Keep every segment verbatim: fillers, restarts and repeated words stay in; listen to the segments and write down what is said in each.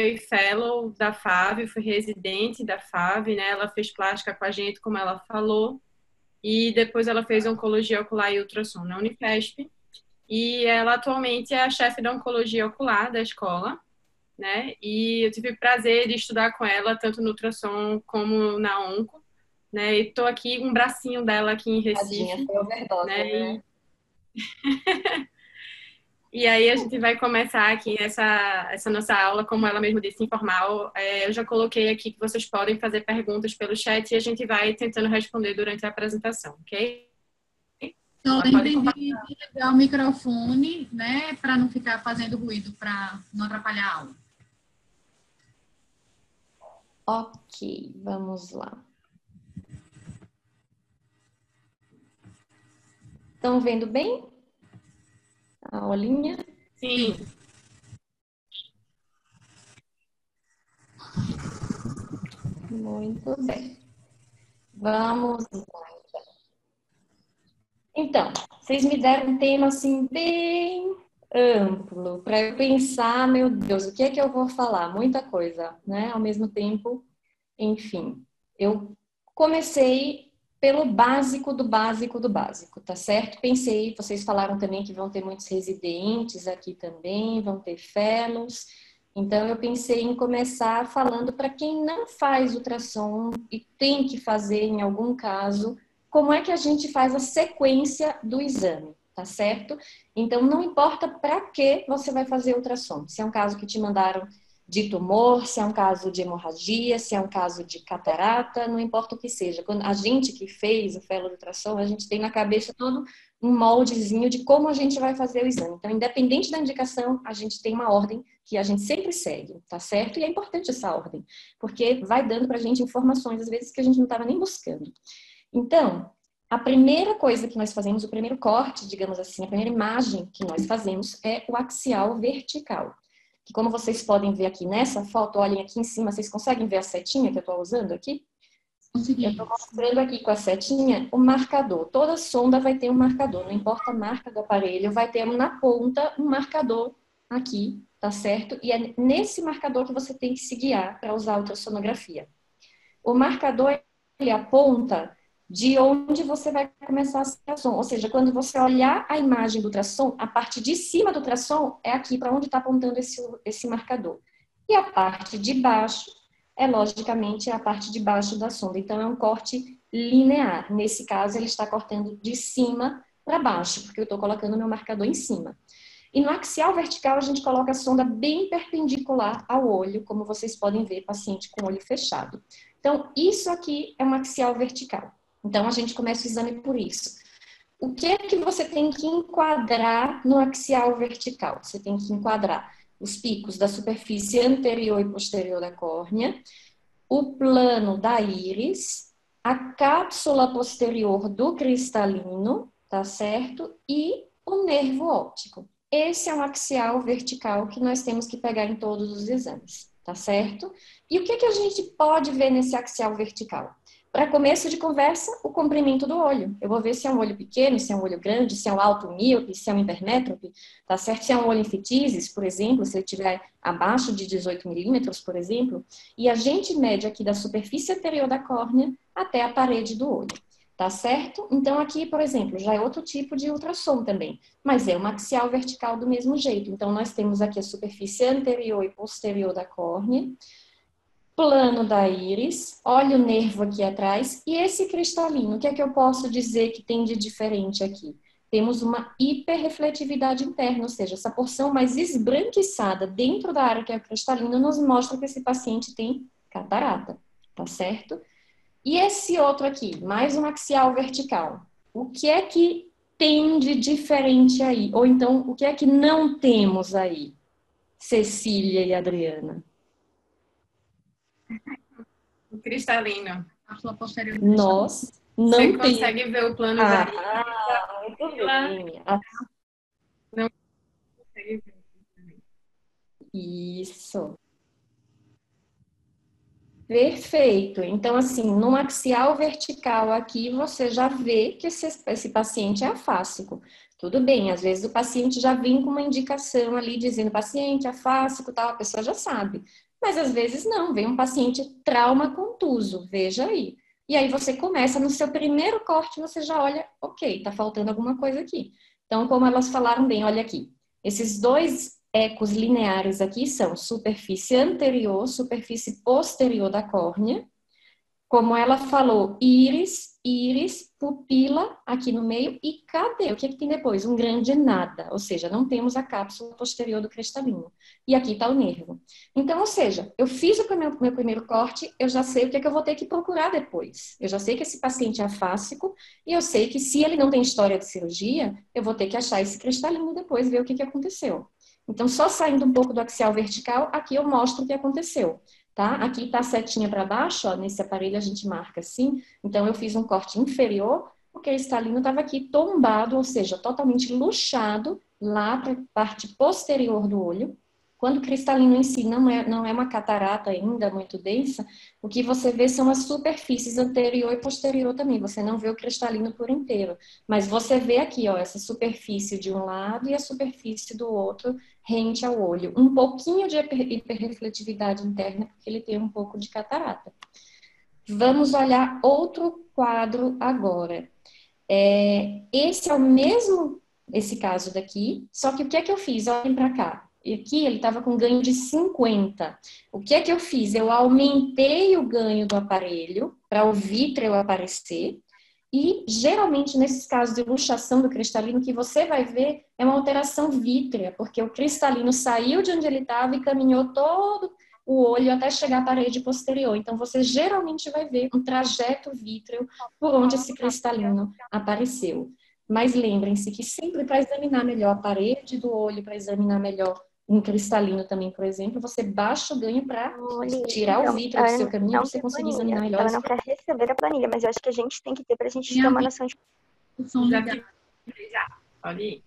foi fellow da F A V, foi residente da F A V, né? Ela fez plástica com a gente, como ela falou, e depois ela fez oncologia ocular e ultrassom na Unifesp. E ela atualmente é a chefe da oncologia ocular da escola, né? E eu tive o prazer de estudar com ela, tanto no ultrassom como na onco, né? E tô aqui, um bracinho dela aqui em Tadinha, Recife, foi overdose, né? né? E, e aí a gente vai começar aqui essa, essa nossa aula, como ela mesmo disse, informal. É, eu já coloquei aqui que vocês podem fazer perguntas pelo chat e a gente vai tentando responder durante a apresentação, ok? Então, Ela pode lembrem de compartilhar. de ligar o microfone, né, para não ficar fazendo ruído, para não atrapalhar a aula. Ok, vamos lá. Estão vendo bem a aulinha? Sim. Muito bem. Vamos lá. Então, vocês me deram um tema assim bem amplo para eu pensar, meu Deus, o que é que eu vou falar? Muita coisa, né? Ao mesmo tempo, enfim, eu comecei pelo básico do básico do básico, tá certo? Pensei, vocês falaram também que vão ter muitos residentes aqui também, vão ter fellows. Então, eu pensei em começar falando para quem não faz ultrassom e tem que fazer em algum caso, como é que a gente faz a sequência do exame, tá certo? Então, não importa para que você vai fazer ultrassom. Se é um caso que te mandaram de tumor, se é um caso de hemorragia, se é um caso de catarata, não importa o que seja. Quando a gente que fez o fellow de ultrassom, a gente tem na cabeça todo um moldezinho de como a gente vai fazer o exame. Então, independente da indicação, a gente tem uma ordem que a gente sempre segue, tá certo? E é importante essa ordem, porque vai dando pra gente informações, às vezes, que a gente não estava nem buscando. Então, a primeira coisa que nós fazemos, o primeiro corte, digamos assim, a primeira imagem que nós fazemos é o axial vertical. Que como vocês podem ver aqui nessa foto, olhem aqui em cima, vocês conseguem ver a setinha que eu estou usando aqui? Eu estou mostrando aqui com a setinha o marcador. Toda sonda vai ter um marcador, não importa a marca do aparelho, vai ter na ponta um marcador aqui, tá certo? E é nesse marcador que você tem que se guiar para usar a ultrassonografia. O marcador, ele aponta de onde você vai começar a ultrassom. Ou seja, quando você olhar a imagem do ultrassom, a parte de cima do ultrassom é aqui para onde está apontando esse, esse marcador. E a parte de baixo é, logicamente, a parte de baixo da sonda. Então, é um corte linear. Nesse caso, ele está cortando de cima para baixo, porque eu estou colocando o meu marcador em cima. E no axial vertical, a gente coloca a sonda bem perpendicular ao olho, como vocês podem ver, paciente com o olho fechado. Então, isso aqui é um axial vertical. Então, a gente começa o exame por isso. O que é que você tem que enquadrar no axial vertical? Você tem que enquadrar os picos da superfície anterior e posterior da córnea, o plano da íris, a cápsula posterior do cristalino, tá certo? E o nervo óptico. Esse é um axial vertical que nós temos que pegar em todos os exames, tá certo? E o que, que a gente pode ver nesse axial vertical? Para começo de conversa, o comprimento do olho. Eu vou ver se é um olho pequeno, se é um olho grande, se é um alto míope, se é um hipermétrope, tá certo? Se é um olho em fetises, por exemplo, se ele estiver abaixo de dezoito milímetros, por exemplo. E a gente mede aqui da superfície anterior da córnea até a parede do olho, tá certo? Então aqui, por exemplo, já é outro tipo de ultrassom também, mas é uma axial vertical do mesmo jeito. Então nós temos aqui a superfície anterior e posterior da córnea, plano da íris, olha o nervo aqui atrás, e esse cristalino, o que é que eu posso dizer que tem de diferente aqui? Temos uma hiperrefletividade interna, ou seja, essa porção mais esbranquiçada dentro da área que é o cristalino nos mostra que esse paciente tem catarata, tá certo? E esse outro aqui, mais um axial vertical, o que é que tem de diferente aí? Ou então, o que é que não temos aí, Cecília e Adriana? O cristalino. Cápsula posterior. Nós não Você temos. consegue ver o plano Ah, da muito íris. bem. Ah, Não consegue ver. isso. Perfeito. Então, assim, no axial vertical aqui, você já vê que esse, esse paciente é afásico. Tudo bem, às vezes o paciente já vem com uma indicação ali dizendo paciente afásico, tal, a pessoa já sabe. Mas às vezes não, vem um paciente trauma contuso, veja aí. E aí você começa, no seu primeiro corte, você já olha, ok, tá faltando alguma coisa aqui. Então, como elas falaram bem, olha aqui, esses dois ecos lineares aqui são superfície anterior, superfície posterior da córnea. Como ela falou, íris, íris, pupila aqui no meio e cadê? O que, é que tem depois? Um grande nada, ou seja, não temos a cápsula posterior do cristalino. E aqui está o nervo. Então, ou seja, eu fiz o meu, meu primeiro corte, eu já sei o que, é que eu vou ter que procurar depois. Eu já sei que esse paciente é afásico e eu sei que se ele não tem história de cirurgia, eu vou ter que achar esse cristalino depois, ver o que, que aconteceu. Então, só saindo um pouco do axial vertical, aqui eu mostro o que aconteceu. Tá? Aqui está a setinha para baixo, ó, nesse aparelho a gente marca assim. Então, eu fiz um corte inferior, o cristalino estava aqui tombado, ou seja, totalmente luxado lá para a parte posterior do olho. Quando o cristalino em si não é, não é uma catarata ainda muito densa, o que você vê são as superfícies anterior e posterior também. Você não vê o cristalino por inteiro. Mas você vê aqui, ó, essa superfície de um lado e a superfície do outro rente ao olho. Um pouquinho de hiperrefletividade interna, porque ele tem um pouco de catarata. Vamos olhar outro quadro agora. É, esse é o mesmo, esse caso daqui, só que o que é que eu fiz? Olhem para cá. E aqui ele estava com ganho de cinquenta. O que é que eu fiz? Eu aumentei o ganho do aparelho para o vítreo aparecer. E, geralmente, nesses casos de luxação do cristalino, o que você vai ver é uma alteração vítrea, porque o cristalino saiu de onde ele estava e caminhou todo o olho até chegar à parede posterior. Então, você geralmente vai ver um trajeto vítreo por onde esse cristalino apareceu. Mas lembrem-se que sempre para examinar melhor a parede do olho, para examinar melhor um cristalino também, por exemplo, você baixa o ganho para tirar então, o vítreo do seu caminho e você conseguir examinar melhor. Ela não quer receber a planilha, mas eu acho que a gente tem que ter para a gente ter uma noção de... Já já. Pode ir.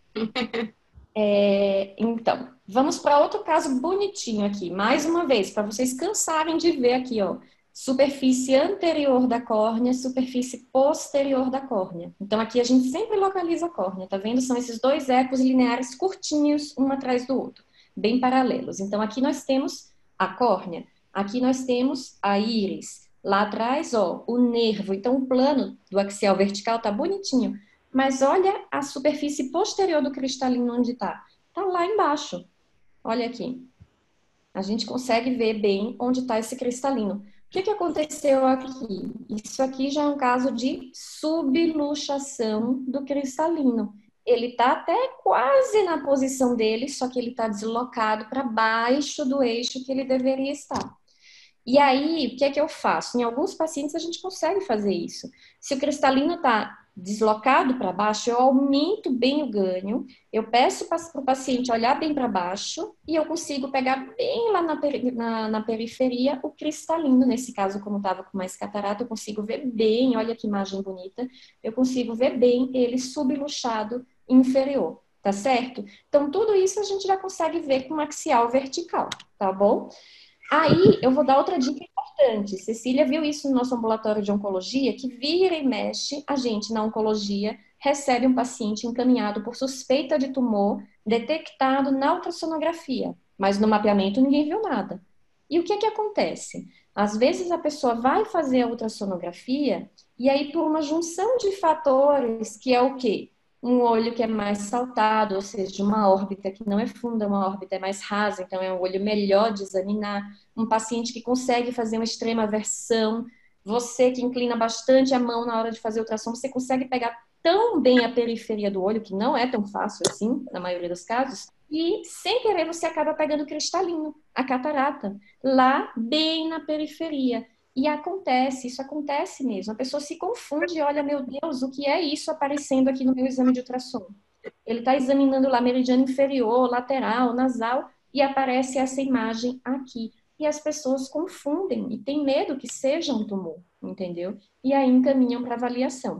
É, então, vamos para outro caso bonitinho aqui. Mais uma vez, para vocês cansarem de ver aqui, ó. Superfície anterior da córnea, superfície posterior da córnea. Então, aqui a gente sempre localiza a córnea, tá vendo? São esses dois ecos lineares curtinhos, um atrás do outro, bem paralelos. Então, aqui nós temos a córnea, aqui nós temos a íris. Lá atrás, ó, o nervo. Então, o plano do axial vertical tá bonitinho. Mas olha a superfície posterior do cristalino onde está. Está lá embaixo. Olha aqui. A gente consegue ver bem onde está esse cristalino. O que, que aconteceu aqui? Isso aqui já é um caso de subluxação do cristalino. Ele está até quase na posição dele, só que ele está deslocado para baixo do eixo que ele deveria estar. E aí, o que é que eu faço? Em alguns pacientes a gente consegue fazer isso. Se o cristalino está deslocado para baixo, eu aumento bem o ganho, eu peço para o paciente olhar bem para baixo e eu consigo pegar bem lá na, na, na periferia o cristalino. Nesse caso, como estava com mais catarata, eu consigo ver bem, olha que imagem bonita, eu consigo ver bem ele subluxado inferior, tá certo? Então, tudo isso a gente já consegue ver com axial vertical, tá bom? Aí, eu vou dar outra dica importante. Cecília viu isso no nosso ambulatório de oncologia, que vira e mexe, a gente na oncologia recebe um paciente encaminhado por suspeita de tumor detectado na ultrassonografia, mas no mapeamento ninguém viu nada. E o que que acontece? Às vezes a pessoa vai fazer a ultrassonografia e aí por uma junção de fatores, que é o quê? Um olho que é mais saltado, ou seja, uma órbita que não é funda, uma órbita é mais rasa, então é um olho melhor de examinar. Um paciente que consegue fazer uma extrema aversão, você que inclina bastante a mão na hora de fazer ultrassom, você consegue pegar tão bem a periferia do olho, que não é tão fácil assim, na maioria dos casos, e sem querer você acaba pegando o cristalino, a catarata, lá bem na periferia. E acontece, isso acontece mesmo. A pessoa se confunde e olha, meu Deus, o que é isso aparecendo aqui no meu exame de ultrassom? Ele está examinando lá meridiano inferior, lateral, nasal, e aparece essa imagem aqui. E as pessoas confundem e têm medo que seja um tumor, entendeu? E aí encaminham para avaliação.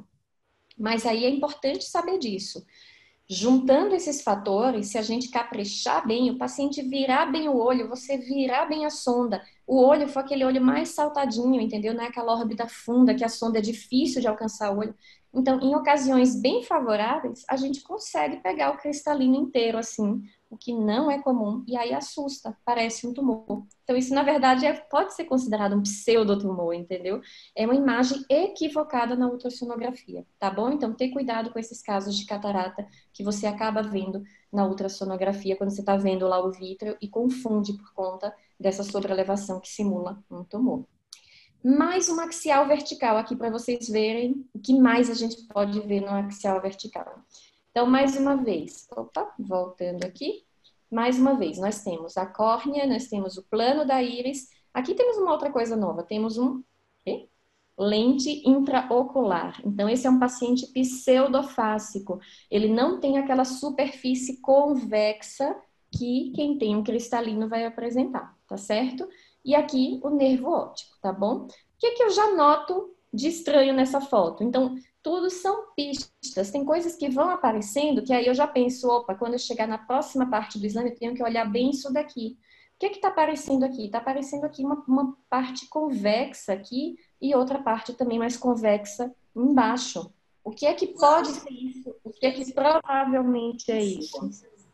Mas aí é importante saber disso. Juntando esses fatores, se a gente caprichar bem, o paciente virar bem o olho, você virar bem a sonda, o olho for aquele olho mais saltadinho, entendeu? Não é aquela órbita funda, que a sonda é difícil de alcançar o olho. Então, em ocasiões bem favoráveis, a gente consegue pegar o cristalino inteiro, assim, o que não é comum, e aí assusta, parece um tumor. Então, isso, na verdade, é, pode ser considerado um pseudotumor, entendeu? É uma imagem equivocada na ultrassonografia, tá bom? Então, ter cuidado com esses casos de catarata que você acaba vendo na ultrassonografia, quando você está vendo lá o vítreo e confunde por conta dessa sobrelevação que simula um tumor. Mais uma axial vertical aqui para vocês verem o que mais a gente pode ver no axial vertical. Então, mais uma vez, opa, voltando aqui, mais uma vez, nós temos a córnea, nós temos o plano da íris, aqui temos uma outra coisa nova, temos um quê? Lente intraocular. Então, esse é um paciente pseudofásico, ele não tem aquela superfície convexa que quem tem um cristalino vai apresentar, tá certo? E aqui o nervo óptico, tá bom? O que que eu já noto de estranho nessa foto? Então, tudo são pistas. Tem coisas que vão aparecendo que aí eu já penso, opa, quando eu chegar na próxima parte do exame, eu tenho que olhar bem isso daqui. O que que tá aparecendo aqui? Tá aparecendo aqui uma, uma parte convexa aqui e outra parte também mais convexa embaixo. O que é que pode ser isso? O que é que provavelmente é isso?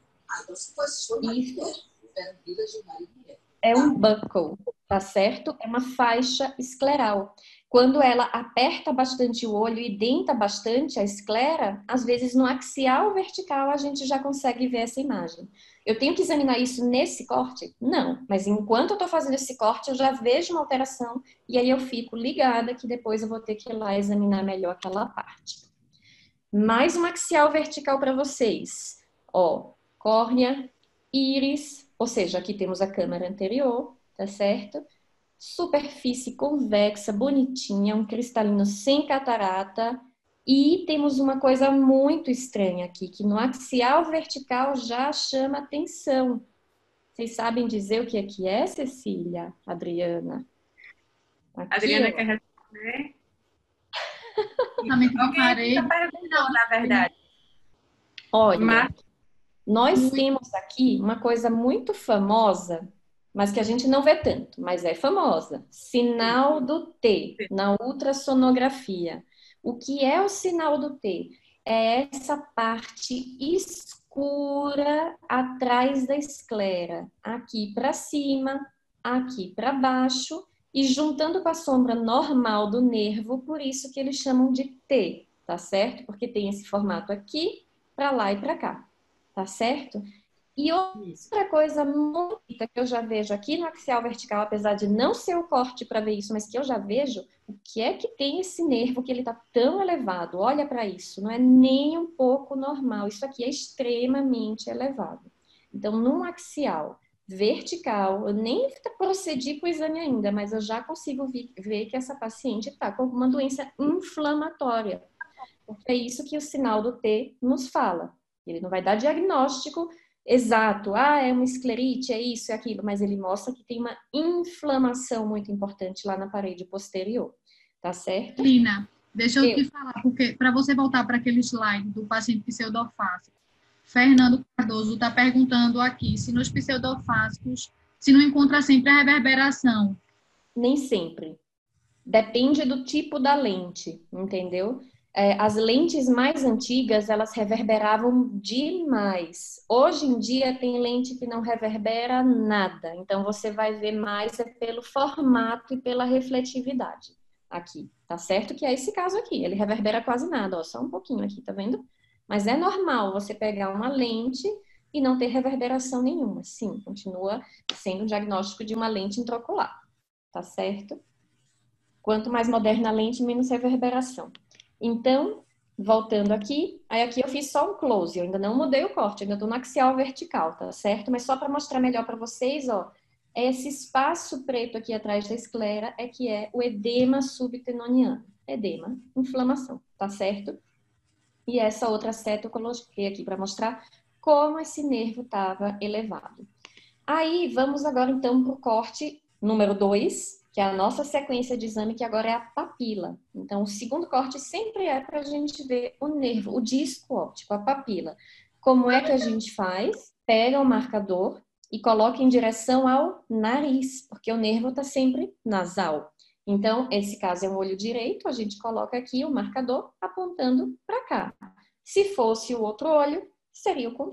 Isso é um buckle, tá certo? É uma faixa escleral. Quando ela aperta bastante o olho e denta bastante a esclera, às vezes no axial vertical a gente já consegue ver essa imagem. Eu tenho que examinar isso nesse corte? Não, mas enquanto eu tô fazendo esse corte eu já vejo uma alteração e aí eu fico ligada que depois eu vou ter que ir lá examinar melhor aquela parte. Mais uma axial vertical para vocês. Ó, córnea, íris, ou seja, aqui temos a câmara anterior, tá certo? Superfície convexa, bonitinha, um cristalino sem catarata. E temos uma coisa muito estranha aqui, que no axial vertical já chama atenção. Vocês sabem dizer o que é que é, Cecília, Adriana? Aqui, Adriana ó. quer responder? Também que Alguém parei. está perguntando, na verdade. Olha, Mas nós Muito. temos aqui uma coisa muito famosa, mas que a gente não vê tanto, mas é famosa. Sinal do T na ultrassonografia. O que é o sinal do T? É essa parte escura atrás da esclera, aqui para cima, aqui para baixo e juntando com a sombra normal do nervo, por isso que eles chamam de T, tá certo? Porque tem esse formato aqui, para lá e para cá. Tá certo? E outra coisa muito que eu já vejo aqui no axial vertical, apesar de não ser o corte para ver isso, mas que eu já vejo, o que é que tem esse nervo que ele está tão elevado? Olha para isso, não é nem um pouco normal. Isso aqui é extremamente elevado. Então, num axial vertical, eu nem procedi com o exame ainda, mas eu já consigo ver que essa paciente está com uma doença inflamatória. Porque é isso que o sinal do T nos fala. Ele não vai dar diagnóstico exato, ah, é uma esclerite, é isso, é aquilo, mas ele mostra que tem uma inflamação muito importante lá na parede posterior, tá certo? Lina, deixa eu, Eu. te falar, porque para você voltar para aquele slide do paciente pseudofásico, Fernando Cardoso está perguntando aqui se nos pseudofásicos, se não encontra sempre a reverberação. Nem sempre. Depende do tipo da lente, entendeu? É, as lentes mais antigas, elas reverberavam demais. Hoje em dia tem lente que não reverbera nada. Então você vai ver mais é pelo formato e pela refletividade aqui. Tá certo que é esse caso aqui. Ele reverbera quase nada, ó, só um pouquinho aqui, tá vendo? Mas é normal você pegar uma lente e não ter reverberação nenhuma. Sim, continua sendo um diagnóstico de uma lente intraocular. Tá certo? Quanto mais moderna a lente, menos reverberação. Então, voltando aqui, aí aqui eu fiz só um close, eu ainda não mudei o corte, ainda estou no axial vertical, tá certo? Mas só para mostrar melhor para vocês, ó, esse espaço preto aqui atrás da esclera é que é o edema subtenoniano. Edema, inflamação, tá certo? E essa outra seta eu coloquei aqui para mostrar como esse nervo estava elevado. Aí, vamos agora então para o corte número dois, que é a nossa sequência de exame, que agora é a papila. Então, o segundo corte sempre é para a gente ver o nervo, o disco óptico, a papila. Como é que a gente faz? Pega o marcador e coloca em direção ao nariz, porque o nervo está sempre nasal. Então, esse caso é um olho direito, a gente coloca aqui o marcador apontando para cá. Se fosse o outro olho, seria o contrário.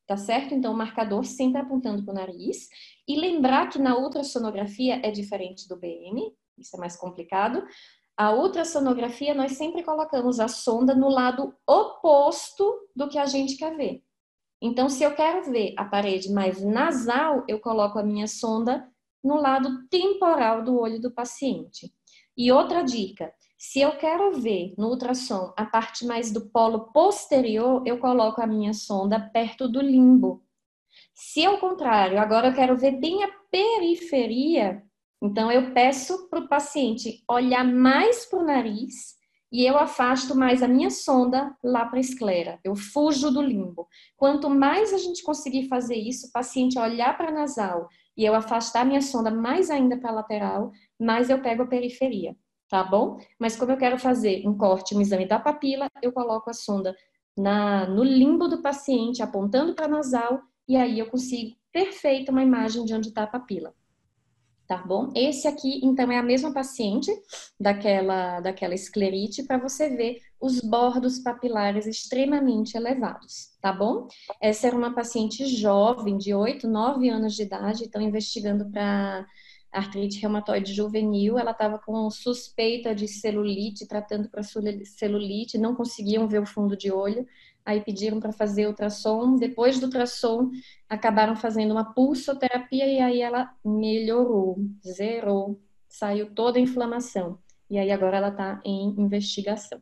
tá certo? Então, o marcador sempre apontando para o nariz. E lembrar que na ultrassonografia é diferente do B M, isso é mais complicado. A ultrassonografia, nós sempre colocamos a sonda no lado oposto do que a gente quer ver. Então, se eu quero ver a parede mais nasal, eu coloco a minha sonda no lado temporal do olho do paciente. E outra dica, se eu quero ver no ultrassom a parte mais do polo posterior, eu coloco a minha sonda perto do limbo. Se ao contrário, agora eu quero ver bem a periferia, então eu peço para o paciente olhar mais para o nariz e eu afasto mais a minha sonda lá para a esclera. Eu fujo do limbo. Quanto mais a gente conseguir fazer isso, o paciente olhar para a nasal e eu afastar a minha sonda mais ainda para a lateral, mais eu pego a periferia, tá bom? Mas como eu quero fazer um corte, um exame da papila, eu coloco a sonda na, no limbo do paciente, apontando para a nasal, e aí eu consigo perfeito uma imagem de onde está a papila. Tá bom? Esse aqui, então, é a mesma paciente daquela, daquela esclerite para você ver os bordos papilares extremamente elevados, tá bom? Essa era uma paciente jovem, de oito, nove anos de idade, estão investigando para artrite reumatoide juvenil. Ela estava com suspeita de celulite, tratando para celulite, não conseguiam ver o fundo de olho. Aí pediram para fazer ultrassom. Depois do ultrassom, acabaram fazendo uma pulsoterapia e aí ela melhorou, zerou, saiu toda a inflamação. E aí agora ela está em investigação.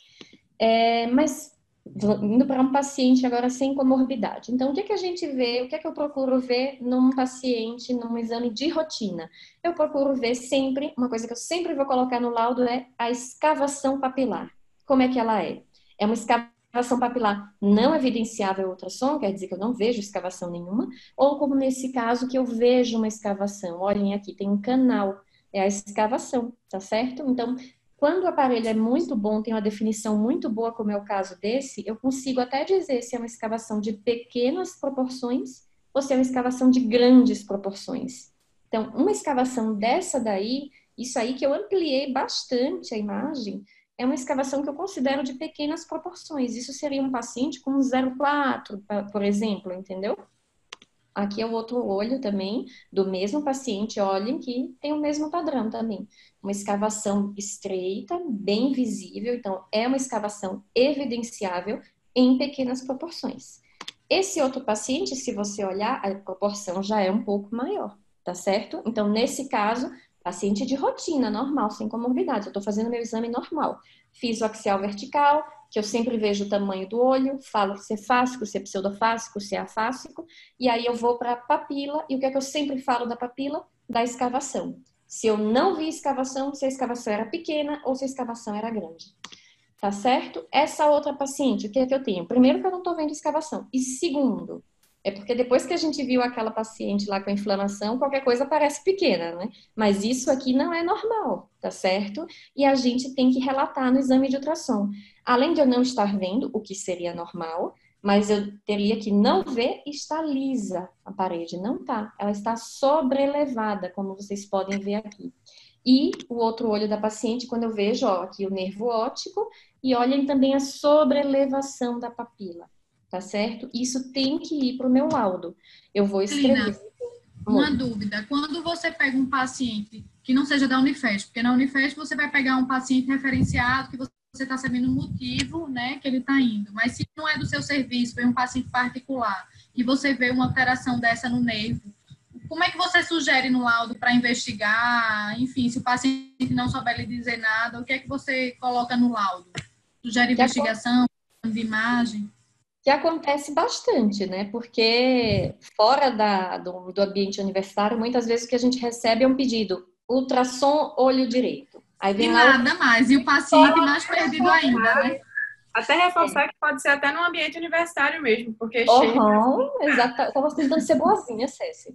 É, mas indo para um paciente agora sem comorbidade. Então, o que, que a gente vê, o que, que eu procuro ver num paciente, num exame de rotina? Eu procuro ver sempre, uma coisa que eu sempre vou colocar no laudo é a escavação papilar. Como é que ela é? É uma escavação papilar não evidenciável ultrassom, quer dizer que eu não vejo escavação nenhuma, ou como nesse caso que eu vejo uma escavação. Olhem aqui, tem um canal, é a escavação, tá certo? Então, quando o aparelho é muito bom, tem uma definição muito boa, como é o caso desse, eu consigo até dizer se é uma escavação de pequenas proporções ou se é uma escavação de grandes proporções. Então, uma escavação dessa daí, isso aí que eu ampliei bastante a imagem, é uma escavação que eu considero de pequenas proporções. Isso seria um paciente com zero vírgula quatro, por exemplo, entendeu? Aqui é o outro olho também, do mesmo paciente, olhem que tem o mesmo padrão também. Uma escavação estreita, bem visível, então é uma escavação evidenciável em pequenas proporções. Esse outro paciente, se você olhar, a proporção já é um pouco maior, tá certo? Então, nesse caso, paciente de rotina, normal, sem comorbidade, eu estou fazendo meu exame normal. Fiz o axial vertical, que eu sempre vejo o tamanho do olho, falo se é fáscico, se é pseudofáscico, se é afáscico, e aí eu vou para a papila, e o que é que eu sempre falo da papila? Da escavação. Se eu não vi escavação, se a escavação era pequena ou se a escavação era grande. Tá certo? Essa outra paciente, o que é que eu tenho? Primeiro que eu não estou vendo escavação. E segundo, é porque depois que a gente viu aquela paciente lá com inflamação, qualquer coisa parece pequena, né? Mas isso aqui não é normal, tá certo? E a gente tem que relatar no exame de ultrassom. Além de eu não estar vendo, o que seria normal, mas eu teria que não ver e está lisa a parede. Não tá. Ela está sobrelevada, como vocês podem ver aqui. E o outro olho da paciente, quando eu vejo, ó, aqui o nervo óptico, e olhem também a sobrelevação da papila. Tá certo? Isso tem que ir para o meu laudo. Eu vou escrever. Lina, uma dúvida. Quando você pega um paciente que não seja da Unifesp, porque na Unifesp você vai pegar um paciente referenciado que você está sabendo o motivo, né, que ele está indo. Mas se não é do seu serviço, foi um paciente particular, e você vê uma alteração dessa no nervo, como é que você sugere no laudo para investigar? Enfim, se o paciente não souber lhe dizer nada, o que é que você coloca no laudo? Sugere investigação, de imagem? Que acontece bastante, né? Porque fora da, do, do ambiente universitário, muitas vezes o que a gente recebe é um pedido, ultrassom olho direito. Aí vem e lá nada o... mais, e o paciente mais perdido ainda, né? Até reforçar é. que pode ser até no ambiente universitário mesmo, porque uhum, chega... exato. Eu tava tentando ser boazinha, Cécia.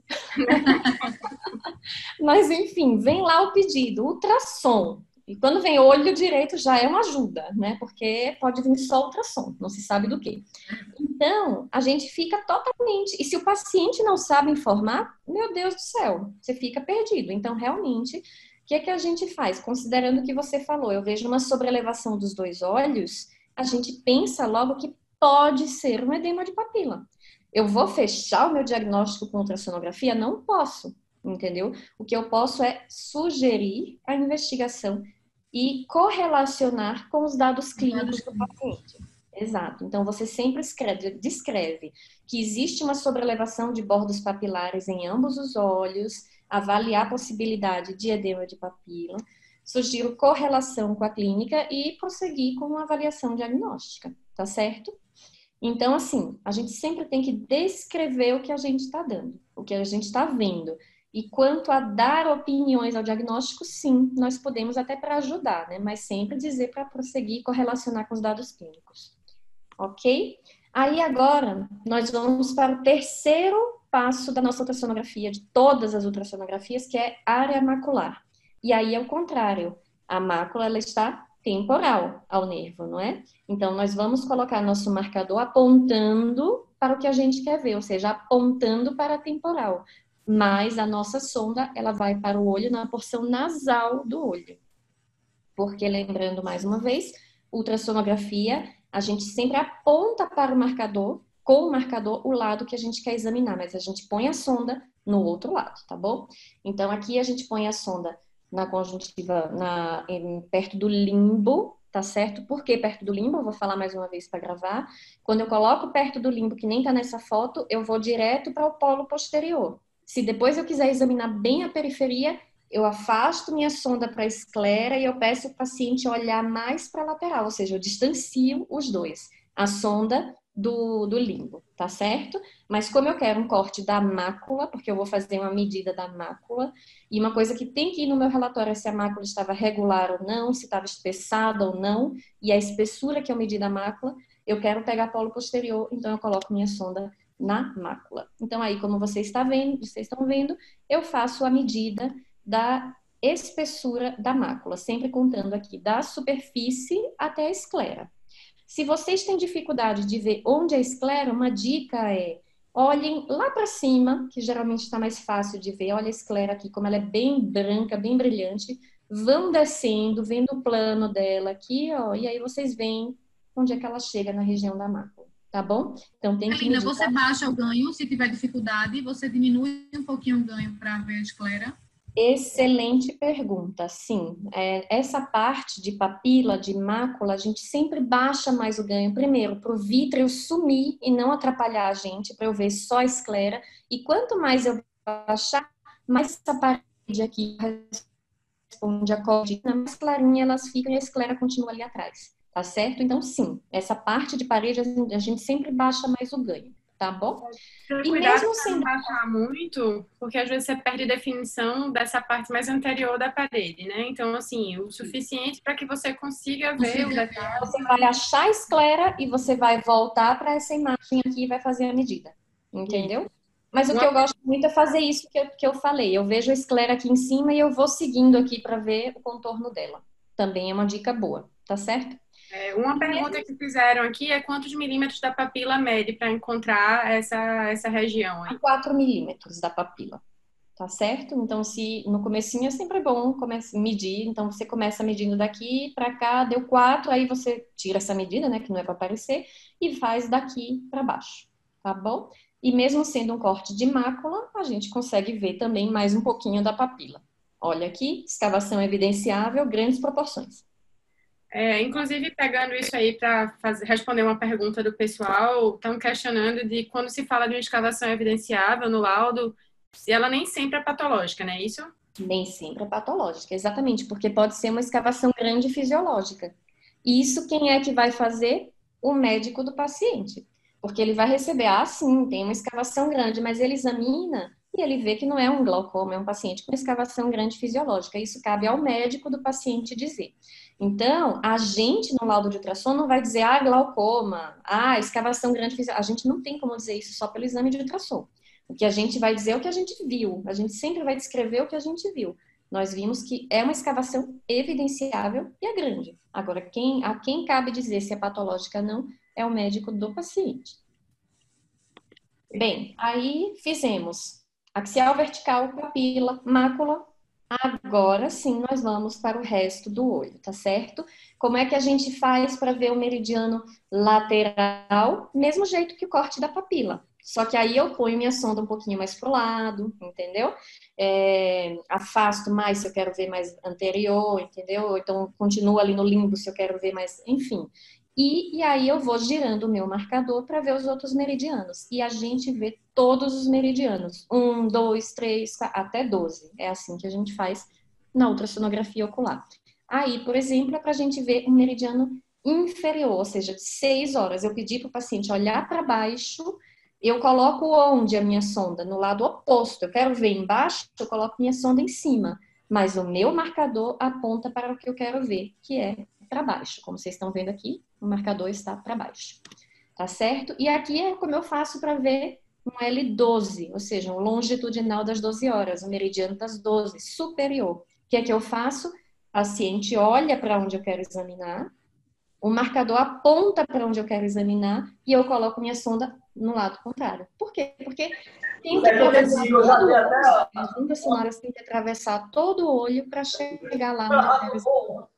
Mas, enfim, vem lá o pedido, ultrassom. E quando vem olho direito já é uma ajuda, né? Porque pode vir só ultrassom, não se sabe do que. Então, a gente fica totalmente... E se o paciente não sabe informar, meu Deus do céu, você fica perdido. Então, realmente, o que é que a gente faz? Considerando o que você falou, eu vejo uma sobrelevação dos dois olhos, a gente pensa logo que pode ser um edema de papila. Eu vou fechar o meu diagnóstico com ultrassonografia? Não posso, entendeu? O que eu posso é sugerir a investigação e correlacionar com os dados clínicos do paciente. Exato. Então, você sempre escreve, descreve que existe uma sobrelevação de bordos papilares em ambos os olhos, avaliar a possibilidade de edema de papila, sugiro correlação com a clínica e prosseguir com uma avaliação diagnóstica, tá certo? Então, assim, a gente sempre tem que descrever o que a gente está dando, o que a gente está vendo. E quanto a dar opiniões ao diagnóstico, sim, nós podemos até para ajudar, né? Mas sempre dizer para prosseguir e correlacionar com os dados clínicos. Ok? Aí agora, nós vamos para o terceiro passo da nossa ultrassonografia, de todas as ultrassonografias, que é área macular. E aí é o contrário. A mácula, ela está temporal ao nervo, não é? Então, nós vamos colocar nosso marcador apontando para o que a gente quer ver, ou seja, apontando para a temporal. Mas a nossa sonda, ela vai para o olho na porção nasal do olho. Porque, lembrando mais uma vez, ultrassonografia, a gente sempre aponta para o marcador, com o marcador, o lado que a gente quer examinar, mas a gente põe a sonda no outro lado, tá bom? Então, aqui a gente põe a sonda na conjuntiva, na, em, perto do limbo, tá certo? Por que perto do limbo? Eu vou falar mais uma vez para gravar. Quando eu coloco perto do limbo, que nem tá nessa foto, eu vou direto para o polo posterior. Se depois eu quiser examinar bem a periferia, eu afasto minha sonda para a esclera e eu peço ao paciente olhar mais para a lateral, ou seja, eu distancio os dois, a sonda do, do limbo, tá certo? Mas como eu quero um corte da mácula, porque eu vou fazer uma medida da mácula, e uma coisa que tem que ir no meu relatório é se a mácula estava regular ou não, se estava espessada ou não, e a espessura que eu medi da mácula, eu quero pegar polo posterior, então eu coloco minha sonda na mácula. Então aí, como você está vendo, vocês estão vendo, eu faço a medida da espessura da mácula, sempre contando aqui da superfície até a esclera. Se vocês têm dificuldade de ver onde é a esclera, uma dica é, olhem lá para cima, que geralmente está mais fácil de ver, olha a esclera aqui, como ela é bem branca, bem brilhante, vão descendo, vendo o plano dela aqui, ó, e aí vocês veem onde é que ela chega na região da mácula, tá bom? Então tem que Linda, medir, você tá? baixa o ganho, se tiver dificuldade, você diminui um pouquinho o ganho para ver a esclera. Excelente pergunta, sim. É, essa parte de papila, de mácula, a gente sempre baixa mais o ganho. Primeiro, para o vítreo sumir e não atrapalhar a gente, para eu ver só a esclera. E quanto mais eu baixar, mais essa parede aqui responde a cortina, mais clarinha elas ficam e a esclera continua ali atrás, tá certo? Então, sim, essa parte de parede a gente sempre baixa mais o ganho, tá bom? Ter E cuidado mesmo para sendo... não baixar muito, porque às vezes você perde definição dessa parte mais anterior da parede, né? Então, assim, o suficiente para que você consiga ver o detalhe. Você vai achar a esclera e você vai voltar para essa imagem aqui e vai fazer a medida, entendeu? Mas o que eu gosto muito é fazer isso que eu, que eu falei. Eu vejo a esclera aqui em cima e eu vou seguindo aqui para ver o contorno dela. Também é uma dica boa, tá certo? É, uma pergunta que fizeram aqui é quantos milímetros da papila mede para encontrar essa, essa região aí? A quatro milímetros da papila, tá certo? Então, se no comecinho é sempre bom começar, medir. Então, você começa medindo daqui para cá, deu quatro, aí você tira essa medida, né, que não é para aparecer, e faz daqui para baixo, tá bom? E mesmo sendo um corte de mácula, a gente consegue ver também mais um pouquinho da papila. Olha aqui, escavação evidenciável, grandes proporções. É, inclusive, pegando isso aí para responder uma pergunta do pessoal, estão questionando de quando se fala de uma escavação evidenciável no laudo, se ela nem sempre é patológica, não é isso? Nem sempre é patológica, exatamente, porque pode ser uma escavação grande fisiológica. E isso quem é que vai fazer? O médico do paciente. Porque ele vai receber, ah, sim, tem uma escavação grande, mas ele examina e ele vê que não é um glaucoma, é um paciente com escavação grande fisiológica. Isso cabe ao médico do paciente dizer. Então, a gente no laudo de ultrassom não vai dizer, ah, glaucoma, ah, escavação grande fisiológica. A gente não tem como dizer isso só pelo exame de ultrassom. O que a gente vai dizer é o que a gente viu. A gente sempre vai descrever o que a gente viu. Nós vimos que é uma escavação evidenciável e é grande. Agora, quem, a quem cabe dizer se é patológica ou não é o médico do paciente. Bem, aí fizemos axial, vertical, papila, mácula. Agora sim nós vamos para o resto do olho, tá certo? Como é que a gente faz para ver o meridiano lateral? Mesmo jeito que o corte da papila. Só que aí eu ponho minha sonda um pouquinho mais pro lado, entendeu? É, afasto mais se eu quero ver mais anterior, entendeu? Ou então continuo ali no limbo se eu quero ver mais, enfim. E, e aí eu vou girando o meu marcador para ver os outros meridianos. E a gente vê todos os meridianos. Um, dois, três, quatro, até doze. É assim que a gente faz na ultrassonografia ocular. Aí, por exemplo, é para a gente ver um meridiano inferior, ou seja, de seis horas. Eu pedi para o paciente olhar para baixo, eu coloco onde a minha sonda? No lado oposto. Eu quero ver embaixo, eu coloco minha sonda em cima. Mas o meu marcador aponta para o que eu quero ver, que é para baixo. Como vocês estão vendo aqui, o marcador está para baixo. Tá certo? E aqui é como eu faço para ver um L doze, ou seja, um longitudinal das doze horas, um meridiano das doze, superior. O que é que eu faço? O paciente olha para onde eu quero examinar, o marcador aponta para onde eu quero examinar e eu coloco minha sonda no lado contrário. Por quê? Porque tem que atravessar todo o olho, as ondas sonoras têm que atravessar todo o olho para chegar lá onde eu quero examinar.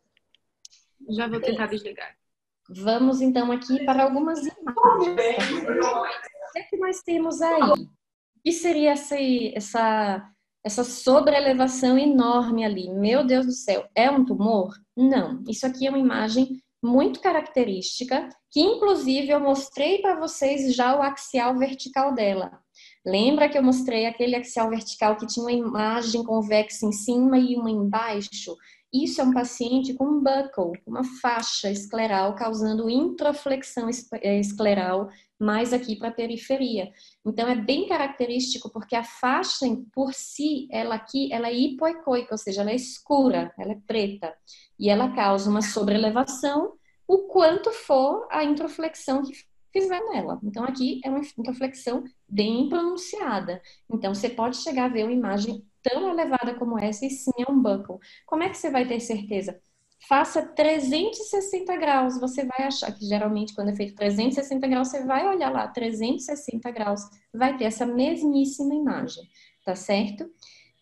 Já vou tentar desligar. Vamos então aqui para algumas imagens. O que é que nós temos aí? O que seria essa, essa, essa sobreelevação enorme ali? Meu Deus do céu, é um tumor? Não, isso aqui é uma imagem muito característica, que inclusive eu mostrei para vocês já o axial vertical dela. Lembra que eu mostrei aquele axial vertical que tinha uma imagem convexa em cima e uma embaixo? Isso é um paciente com um buckle, uma faixa escleral, causando introflexão escleral, mais aqui para a periferia. Então, é bem característico, porque a faixa, por si, ela aqui, ela é hipoecoica, ou seja, ela é escura, ela é preta. E ela causa uma sobrelevação, o quanto for a introflexão que fizer nela. Então, aqui é uma introflexão bem pronunciada. Então, você pode chegar a ver uma imagem tão elevada como essa e sim é um buckle. Como é que você vai ter certeza? Faça trezentos e sessenta graus, você vai achar que geralmente quando é feito trezentos e sessenta graus, você vai olhar lá, trezentos e sessenta graus, vai ter essa mesmíssima imagem, tá certo?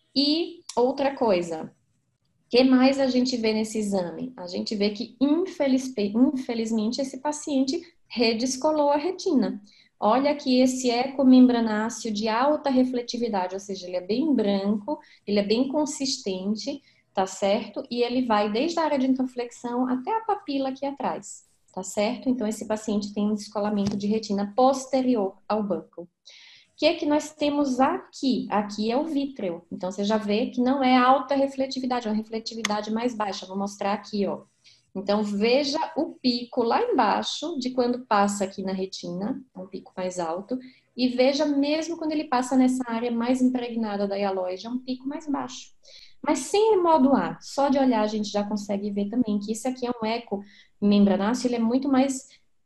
E outra coisa, o que mais a gente vê nesse exame? A gente vê que infeliz, infelizmente esse paciente redescolou a retina. Olha aqui esse ecomembranáceo de alta refletividade, ou seja, ele é bem branco, ele é bem consistente, tá certo? E ele vai desde a área de introflexão até a papila aqui atrás, tá certo? Então, esse paciente tem um descolamento de retina posterior ao buckle. O que é que nós temos aqui? Aqui é o vítreo. Então, você já vê que não é alta refletividade, é uma refletividade mais baixa. Vou mostrar aqui, ó. Então, veja o pico lá embaixo de quando passa aqui na retina, um pico mais alto, e veja mesmo quando ele passa nessa área mais impregnada da hialoide, é um pico mais baixo. Mas sem modo A, só de olhar a gente já consegue ver também que esse aqui é um eco membranáceo, ele é muito mais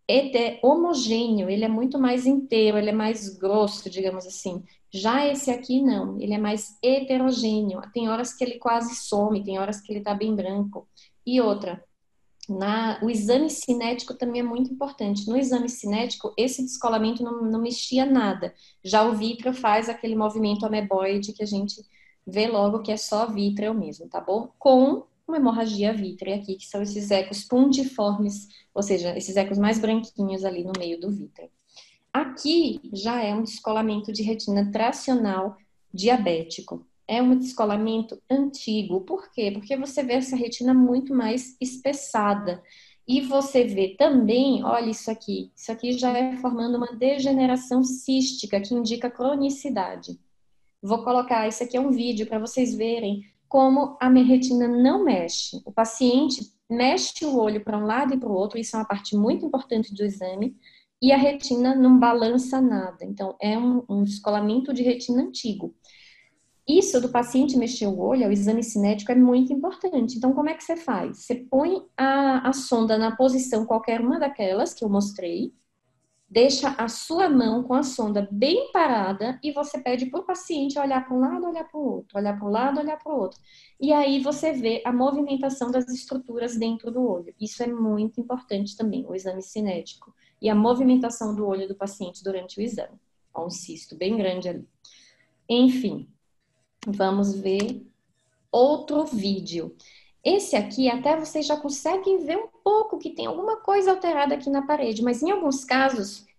homogêneo, ele é muito mais inteiro, ele é mais grosso, digamos assim. Já esse aqui não, ele é mais heterogêneo. Tem horas que ele quase some, tem horas que ele tá bem branco. E outra, Na, o exame cinético também é muito importante. No exame cinético, esse descolamento não, não mexia nada. Já o vítreo faz aquele movimento ameboide que a gente vê logo que é só vítreo mesmo, tá bom? Com uma hemorragia vítrea aqui, que são esses ecos puntiformes, ou seja, esses ecos mais branquinhos ali no meio do vítreo. Aqui já é um descolamento de retina tracional diabético. É um descolamento antigo. Por quê? Porque você vê essa retina muito mais espessada. E você vê também, olha isso aqui, isso aqui já é formando uma degeneração cística que indica cronicidade. Vou colocar, isso aqui é um vídeo para vocês verem como a minha retina não mexe. O paciente mexe o olho para um lado e para o outro, isso é uma parte muito importante do exame, e a retina não balança nada. Então, é um, um descolamento de retina antigo. Isso do paciente mexer o olho, o exame cinético é muito importante. Então, como é que você faz? Você põe a, a sonda na posição qualquer uma daquelas que eu mostrei, deixa a sua mão com a sonda bem parada e você pede para o paciente olhar para um lado, olhar para o outro, olhar para um lado, olhar para o outro. E aí você vê a movimentação das estruturas dentro do olho. Isso é muito importante também, o exame cinético. E a movimentação do olho do paciente durante o exame. Ó, um cisto bem grande ali. Enfim. Vamos ver outro vídeo. Esse aqui até vocês já conseguem ver um pouco que tem alguma coisa alterada aqui na parede, mas em alguns casos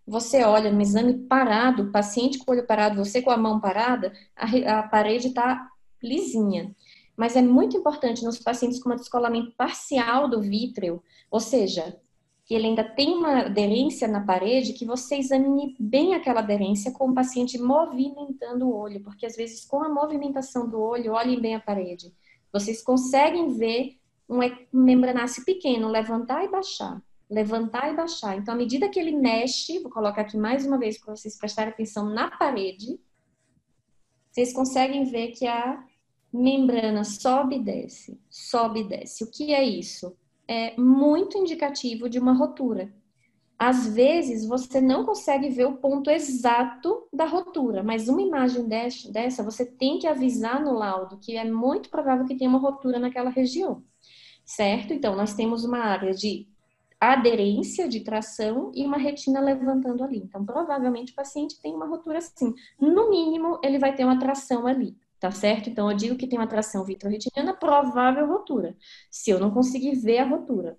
você olha no exame parado, paciente com o olho parado, você com a mão parada, a, re- a parede está lisinha. Mas é muito importante nos pacientes com um descolamento parcial do vítreo, ou seja, que ele ainda tem uma aderência na parede, que você examine bem aquela aderência com o paciente movimentando o olho, porque às vezes com a movimentação do olho, olhem bem a parede, vocês conseguem ver um membranáceo pequeno levantar e baixar, levantar e baixar. Então, à medida que ele mexe, vou colocar aqui mais uma vez para vocês prestarem atenção na parede, vocês conseguem ver que a membrana sobe e desce, sobe e desce. O que é isso? É muito indicativo de uma rotura. Às vezes, você não consegue ver o ponto exato da rotura, mas uma imagem dessa, você tem que avisar no laudo que é muito provável que tenha uma rotura naquela região, certo? Então, nós temos uma área de aderência, de tração e uma retina levantando ali. Então, provavelmente, o paciente tem uma rotura assim. No mínimo, ele vai ter uma tração ali. Tá certo? Então, eu digo que tem uma tração vitroretiniana, provável rotura, se eu não conseguir ver a rotura.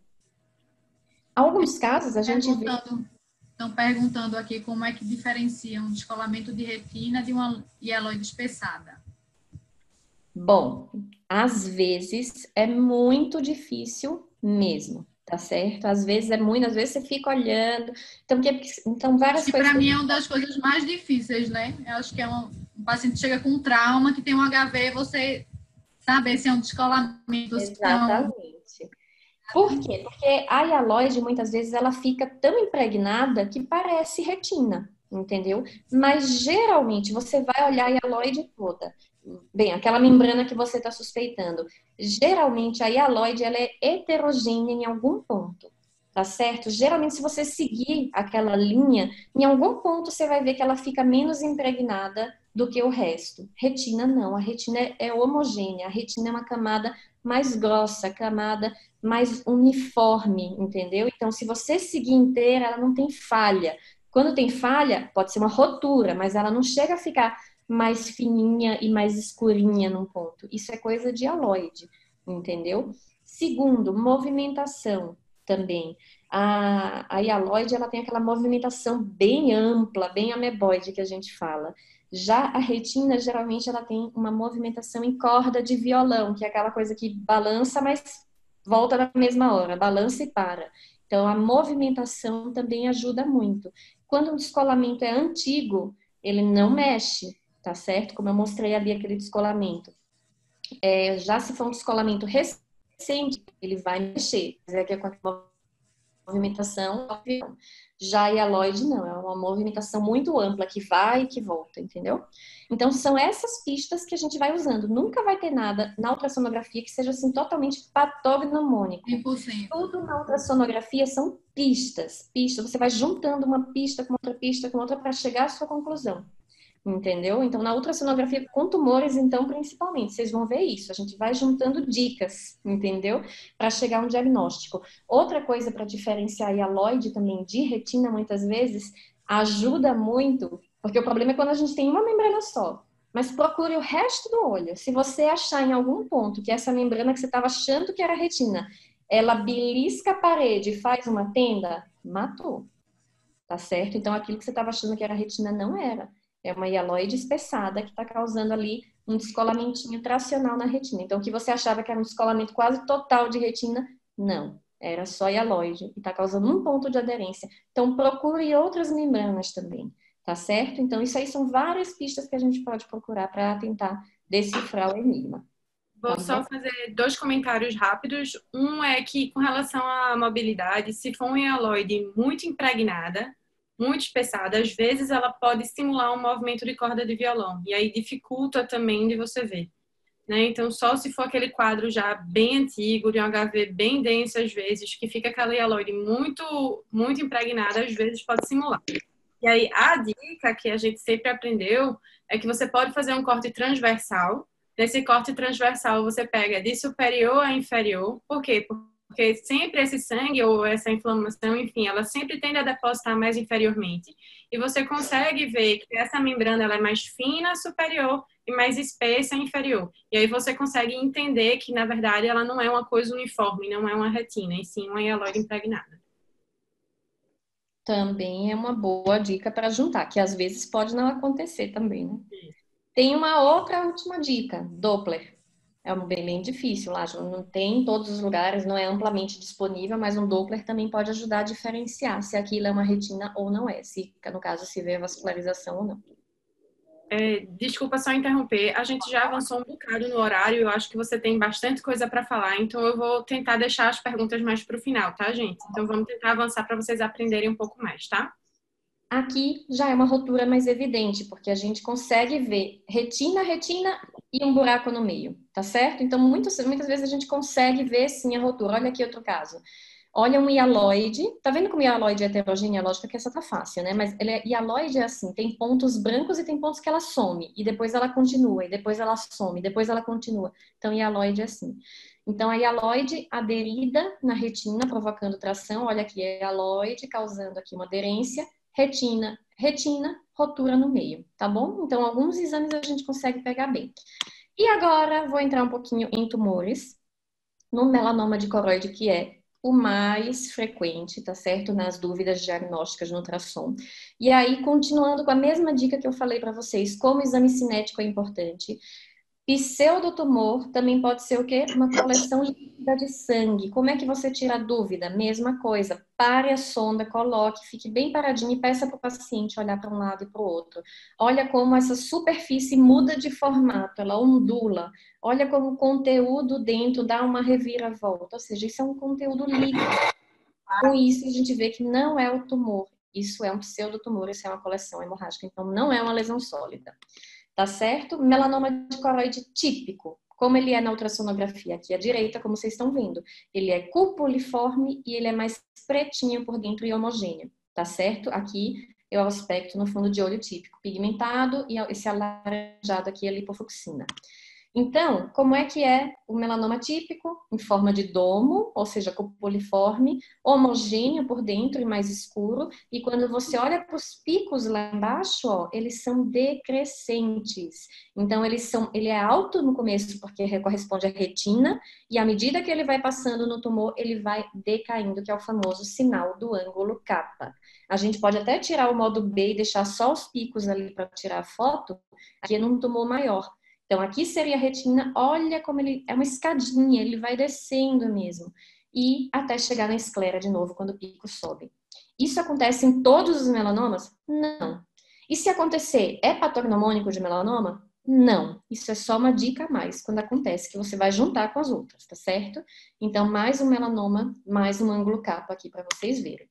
Alguns casos, a gente vê... Estão perguntando aqui como é que diferencia um descolamento de retina de uma mieloide espessada. Bom, às vezes é muito difícil mesmo, tá certo? Às vezes é muito, às vezes você fica olhando. Então, que, então várias e coisas... para mim é uma das coisas mais difíceis, né? Eu acho que é um, um paciente chega com um trauma, que tem um H V, você saber se é um descolamento. Exatamente. Por quê? Porque a hialoide, muitas vezes, ela fica tão impregnada que parece retina, entendeu? Mas, geralmente, você vai olhar a hialoide toda. Bem, aquela membrana que você está suspeitando. Geralmente, a hialoide, ela é heterogênea em algum ponto, tá certo? Geralmente, se você seguir aquela linha, em algum ponto você vai ver que ela fica menos impregnada do que o resto. Retina, não. A retina é homogênea. A retina é uma camada mais grossa, camada mais uniforme, entendeu? Então, se você seguir inteira, ela não tem falha. Quando tem falha, pode ser uma rotura, mas ela não chega a ficar mais fininha e mais escurinha num ponto. Isso é coisa de hialoide, entendeu? Segundo, movimentação também. A, a hialoide, ela tem aquela movimentação bem ampla, bem ameboide que a gente fala. Já a retina, geralmente, ela tem uma movimentação em corda de violão, que é aquela coisa que balança, mas volta na mesma hora, balança e para. Então, a movimentação também ajuda muito. Quando um descolamento é antigo, ele não mexe, tá certo? Como eu mostrei ali aquele descolamento. É, já se for um descolamento recente, ele vai mexer. Mas é que é com a movimentação, já a hialoide não, é uma movimentação muito ampla, que vai e que volta, entendeu? Então, são essas pistas que a gente vai usando. Nunca vai ter nada na ultrassonografia que seja assim totalmente patognomônico. cem por cento. Tudo na ultrassonografia são pistas, pistas. Você vai juntando uma pista com outra pista com outra para chegar à sua conclusão. Entendeu? Então, na ultrassonografia com tumores, então, principalmente, vocês vão ver isso. A gente vai juntando dicas, entendeu? Para chegar a um diagnóstico. Outra coisa para diferenciar a hialoide também de retina, muitas vezes, ajuda muito, porque o problema é quando a gente tem uma membrana só. Mas procure o resto do olho. Se você achar em algum ponto que essa membrana que você estava achando que era retina, ela belisca a parede e faz uma tenda, matou. Tá certo? Então, aquilo que você estava achando que era retina não era. É uma hialoide espessada que está causando ali um descolamentinho tracional na retina. Então, o que você achava que era um descolamento quase total de retina, não. Era só hialoide e está causando um ponto de aderência. Então, procure outras membranas também, tá certo? Então, isso aí são várias pistas que a gente pode procurar para tentar decifrar o enigma. Vou só fazer dois comentários rápidos. Um é que, com relação à mobilidade, se for uma hialoide muito impregnada, muito espessada, às vezes ela pode simular um movimento de corda de violão. E aí dificulta também de você ver. Né? Então, só se for aquele quadro já bem antigo, de um H V bem denso, às vezes, que fica aquela hialoide muito, muito impregnada, às vezes pode simular. E aí, a dica que a gente sempre aprendeu é que você pode fazer um corte transversal. Nesse corte transversal, você pega de superior a inferior. Por quê? Porque sempre esse sangue ou essa inflamação, enfim, ela sempre tende a depositar mais inferiormente. E você consegue ver que essa membrana ela é mais fina superior e mais espessa inferior. E aí você consegue entender que, na verdade, ela não é uma coisa uniforme, não é uma retina, e sim uma hialoide impregnada. Também é uma boa dica para juntar, que às vezes pode não acontecer também, né? Tem uma outra última dica, Doppler. É um bem, bem difícil lá, não tem em todos os lugares, não é amplamente disponível, mas um Doppler também pode ajudar a diferenciar se aquilo é uma retina ou não é, se, no caso, se vê vascularização ou não. É, desculpa só interromper, a gente já avançou um bocado no horário, eu acho que você tem bastante coisa para falar, então eu vou tentar deixar as perguntas mais para o final, tá, gente? Então vamos tentar avançar para vocês aprenderem um pouco mais, tá? Aqui já é uma rotura mais evidente, porque a gente consegue ver retina, retina e um buraco no meio, tá certo? Então, muitas, muitas vezes a gente consegue ver sim a rotura. Olha aqui outro caso. Olha um hialoide. Tá vendo como hialoide é heterogênea? Lógico que essa tá fácil, né? Mas ele é, hialoide é assim, tem pontos brancos e tem pontos que ela some, e depois ela continua, e depois ela some, e depois ela continua. Então, hialoide é assim. Então, a hialoide aderida na retina, provocando tração. Olha aqui, a hialoide causando aqui uma aderência. Retina, retina, rotura no meio, tá bom? Então, alguns exames a gente consegue pegar bem. E agora, vou entrar um pouquinho em tumores, no melanoma de coroide, que é o mais frequente, tá certo? Nas dúvidas diagnósticas no ultrassom. E aí, continuando com a mesma dica que eu falei para vocês, como o exame cinético é importante, pseudotumor também pode ser o quê? Uma coleção de sangue. Como é que você tira a dúvida? Mesma coisa. Pare a sonda, coloque, fique bem paradinho e peça para o paciente olhar para um lado e para o outro. Olha como essa superfície muda de formato, ela ondula. Olha como o conteúdo dentro dá uma reviravolta. Ou seja, isso é um conteúdo líquido. Com isso, a gente vê que não é o tumor. Isso é um pseudotumor, isso é uma coleção hemorrágica. Então, não é uma lesão sólida. Tá certo? Melanoma de coroide típico. Como ele é na ultrassonografia aqui à direita, como vocês estão vendo. Ele é cupuliforme e ele é mais pretinho por dentro e homogêneo. Tá certo? Aqui é o aspecto no fundo de olho típico. Pigmentado e esse alaranjado aqui é a lipofucsina. Então, como é que é o melanoma típico? Em forma de domo, ou seja, cupuliforme, homogêneo por dentro e mais escuro. E quando você olha para os picos lá embaixo, ó, eles são decrescentes. Então, eles são, ele é alto no começo, porque corresponde à retina, e à medida que ele vai passando no tumor, ele vai decaindo, que é o famoso sinal do ângulo kappa. A gente pode até tirar o modo B e deixar só os picos ali para tirar a foto, aqui é num tumor maior. Então, aqui seria a retina, olha como ele é uma escadinha, ele vai descendo mesmo. E até chegar na esclera de novo, quando o pico sobe. Isso acontece em todos os melanomas? Não. E se acontecer, é patognomônico de melanoma? Não. Isso é só uma dica a mais quando acontece, que você vai juntar com as outras, tá certo? Então, mais um melanoma, mais um ângulo kappa aqui para vocês verem.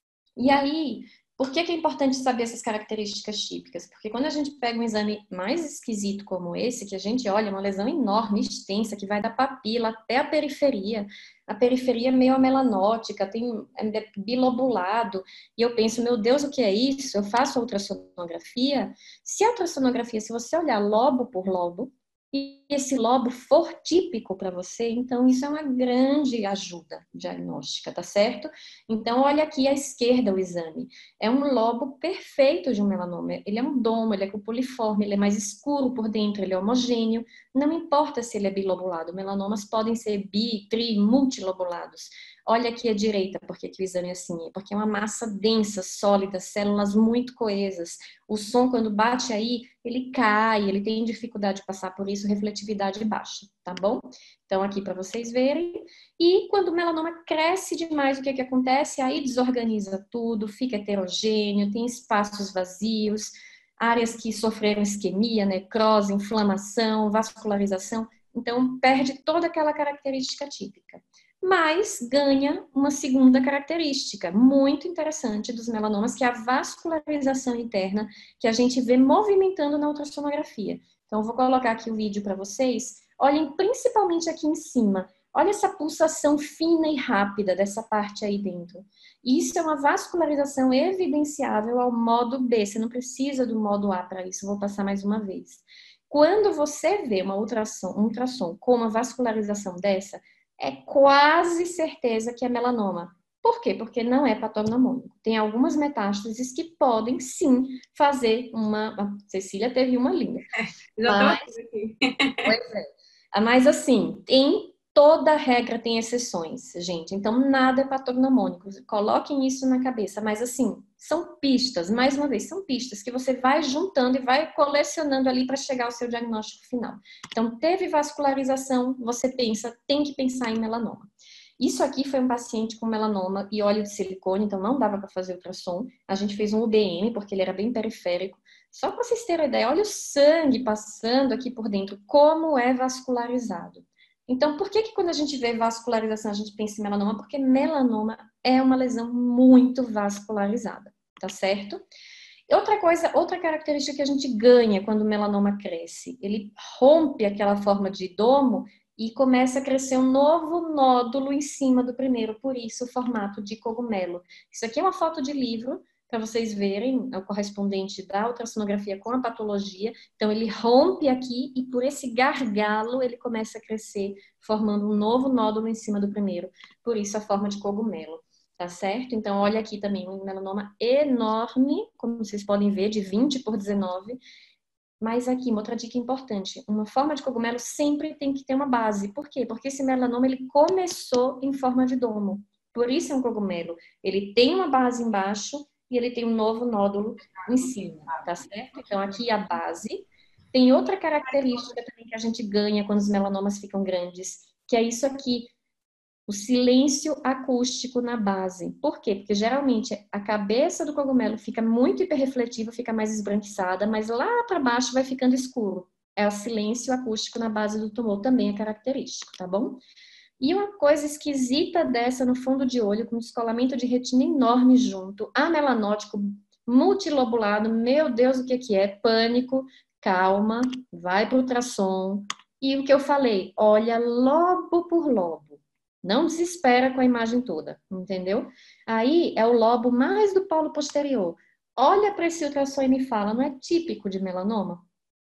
E aí, por que que é importante saber essas características típicas? Porque quando a gente pega um exame mais esquisito como esse, que a gente olha uma lesão enorme, extensa, que vai da papila até a periferia, a periferia é meio melanótica, tem é bilobulado, e eu penso, meu Deus, o que é isso? Eu faço a ultrassonografia. Se a ultrassonografia, se você olhar lobo por lobo, e esse lobo for típico para você, então isso é uma grande ajuda diagnóstica, tá certo? Então, olha aqui à esquerda o exame. É um lobo perfeito de um melanoma. Ele é um domo, ele é cupuliforme, ele é mais escuro por dentro, ele é homogêneo. Não importa se ele é bilobulado. Melanomas podem ser bi, tri, multilobulados. Olha aqui à direita, porque que o exame é assim, porque é uma massa densa, sólida, células muito coesas. O som, quando bate aí, ele cai, ele tem dificuldade de passar por isso, refletividade baixa, tá bom? Então, aqui para vocês verem. E quando o melanoma cresce demais, o que que acontece? Aí desorganiza tudo, fica heterogêneo, tem espaços vazios, áreas que sofreram isquemia, necrose, inflamação, vascularização. Então, perde toda aquela característica típica. Mas ganha uma segunda característica muito interessante dos melanomas, que é a vascularização interna, que a gente vê movimentando na ultrassonografia. Então, eu vou colocar aqui o vídeo para vocês. Olhem principalmente aqui em cima. Olha essa pulsação fina e rápida dessa parte aí dentro. Isso é uma vascularização evidenciável ao modo B. Você não precisa do modo A para isso. Eu vou passar mais uma vez. Quando você vê uma ultrassom, um ultrassom com uma vascularização dessa, é quase certeza que é melanoma. Por quê? Porque não é patognomônico. Tem algumas metástases que podem, sim, fazer uma... A Cecília teve uma linda. Já tô aqui. Pois é. Mas, assim, tem Toda regra tem exceções, gente. Então, nada é patognomônico. Coloquem isso na cabeça. Mas, assim, são pistas. Mais uma vez, são pistas que você vai juntando e vai colecionando ali para chegar ao seu diagnóstico final. Então, teve vascularização, você pensa, tem que pensar em melanoma. Isso aqui foi um paciente com melanoma e óleo de silicone, então não dava para fazer ultrassom. A gente fez um U B M, porque ele era bem periférico. Só para vocês terem ideia, olha o sangue passando aqui por dentro, como é vascularizado. Então, por que que quando a gente vê vascularização a gente pensa em melanoma? Porque melanoma é uma lesão muito vascularizada, tá certo? Outra coisa, outra característica que a gente ganha quando o melanoma cresce, ele rompe aquela forma de domo e começa a crescer um novo nódulo em cima do primeiro, por isso o formato de cogumelo. Isso aqui é uma foto de livro, para vocês verem, é o correspondente da ultrassonografia com a patologia. Então, ele rompe aqui e por esse gargalo ele começa a crescer, formando um novo nódulo em cima do primeiro. Por isso, a forma de cogumelo, tá certo? Então, olha aqui também, um melanoma enorme, como vocês podem ver, de vinte por dezenove. Mas aqui, uma outra dica importante, uma forma de cogumelo sempre tem que ter uma base. Por quê? Porque esse melanoma, ele começou em forma de domo. Por isso é um cogumelo. Ele tem uma base embaixo e ele tem um novo nódulo em cima, tá certo? Então, aqui a base. Tem outra característica também que a gente ganha quando os melanomas ficam grandes, que é isso aqui, o silêncio acústico na base. Por quê? Porque geralmente a cabeça do cogumelo fica muito hiperrefletiva, fica mais esbranquiçada, mas lá para baixo vai ficando escuro. É o silêncio acústico na base do tumor, também é característico, tá bom? E uma coisa esquisita dessa no fundo de olho, com descolamento de retina enorme junto, amelanótico, multilobulado, meu Deus, o que que é? Pânico, calma, vai para o ultrassom. E o que eu falei, olha lobo por lobo. Não desespera com a imagem toda, entendeu? Aí é o lobo mais do polo posterior. Olha para esse ultrassom e me fala, não é típico de melanoma?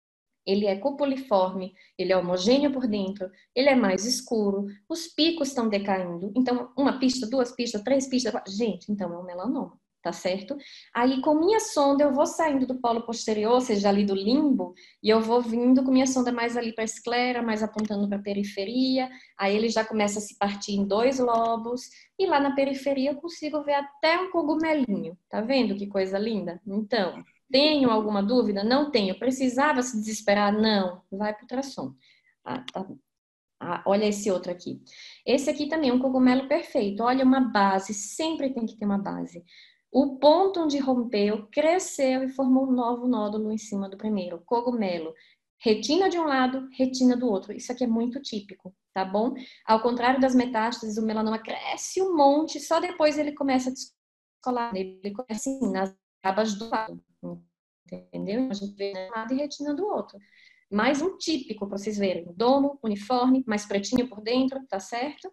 Ele é cupuliforme, ele é homogêneo por dentro, ele é mais escuro, os picos estão decaindo. Então, uma pista, duas pistas, três pistas, quatro... gente, então é um melanoma, tá certo? Aí, com minha sonda, eu vou saindo do polo posterior, ou seja, ali do limbo, e eu vou vindo com minha sonda mais ali para a esclera, mais apontando para a periferia. Aí ele já começa a se partir em dois lobos, e lá na periferia eu consigo ver até um cogumelinho. Tá vendo que coisa linda? Então... tenho alguma dúvida? Não tenho. Precisava se desesperar? Não. Vai para o ultrassom. Ah, tá. Ah, olha esse outro aqui. Esse aqui também é um cogumelo perfeito. Olha, uma base. Sempre tem que ter uma base. O ponto onde rompeu, cresceu e formou um novo nódulo em cima do primeiro. Cogumelo. Retina de um lado, retina do outro. Isso aqui é muito típico, tá bom? Ao contrário das metástases, o melanoma cresce um monte, só depois ele começa a descolar. Ele começa assim, nas abas do lado. Entendeu? A gente vê de um lado e retina do outro. Mais um típico para vocês verem. Domo, uniforme, mais pretinho por dentro, tá certo?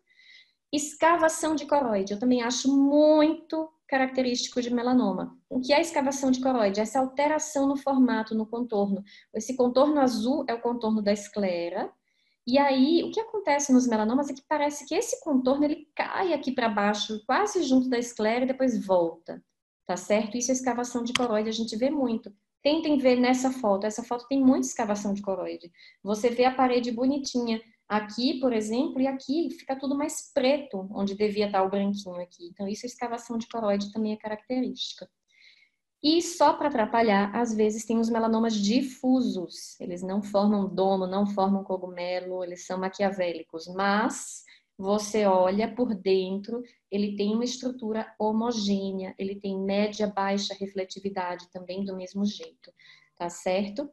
Escavação de coroide. Eu também acho muito característico de melanoma. O que é escavação de coroide? Essa alteração no formato, no contorno. Esse contorno azul é o contorno da esclera. E aí, o que acontece nos melanomas é que parece que esse contorno ele cai aqui para baixo, quase junto da esclera e depois volta. Tá certo? Isso é escavação de coroide, a gente vê muito. Tentem ver nessa foto. Essa foto tem muita escavação de coroide. Você vê a parede bonitinha aqui, por exemplo, e aqui fica tudo mais preto, onde devia estar o branquinho aqui. Então, isso é escavação de coroide, também é característica. E só para atrapalhar, às vezes tem os melanomas difusos. Eles não formam domo, não formam cogumelo, eles são maquiavélicos, mas... você olha por dentro, ele tem uma estrutura homogênea, ele tem média, baixa refletividade também do mesmo jeito, tá certo?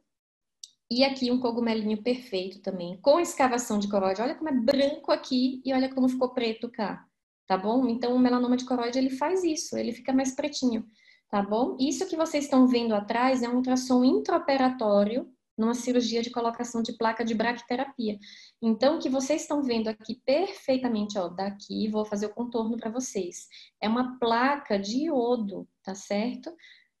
E aqui um cogumelinho perfeito também, com escavação de coroide. Olha como é branco aqui e olha como ficou preto cá, tá bom? Então o melanoma de coroide ele faz isso, ele fica mais pretinho, tá bom? Isso que vocês estão vendo atrás é um ultrassom intraoperatório, numa cirurgia de colocação de placa de braquiterapia. Então, o que vocês estão vendo aqui perfeitamente, ó, daqui, vou fazer o contorno para vocês. É uma placa de iodo, tá certo?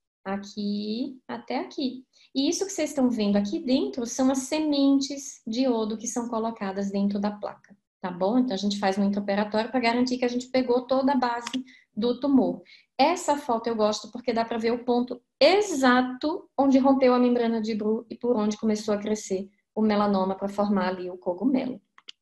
Aqui até aqui. E isso que vocês estão vendo aqui dentro são as sementes de iodo que são colocadas dentro da placa, tá bom? Então, a gente faz um intraoperatório para garantir que a gente pegou toda a base do tumor. Essa foto eu gosto porque dá para ver o ponto exato onde rompeu a membrana de Bruch e por onde começou a crescer o melanoma para formar ali o cogumelo.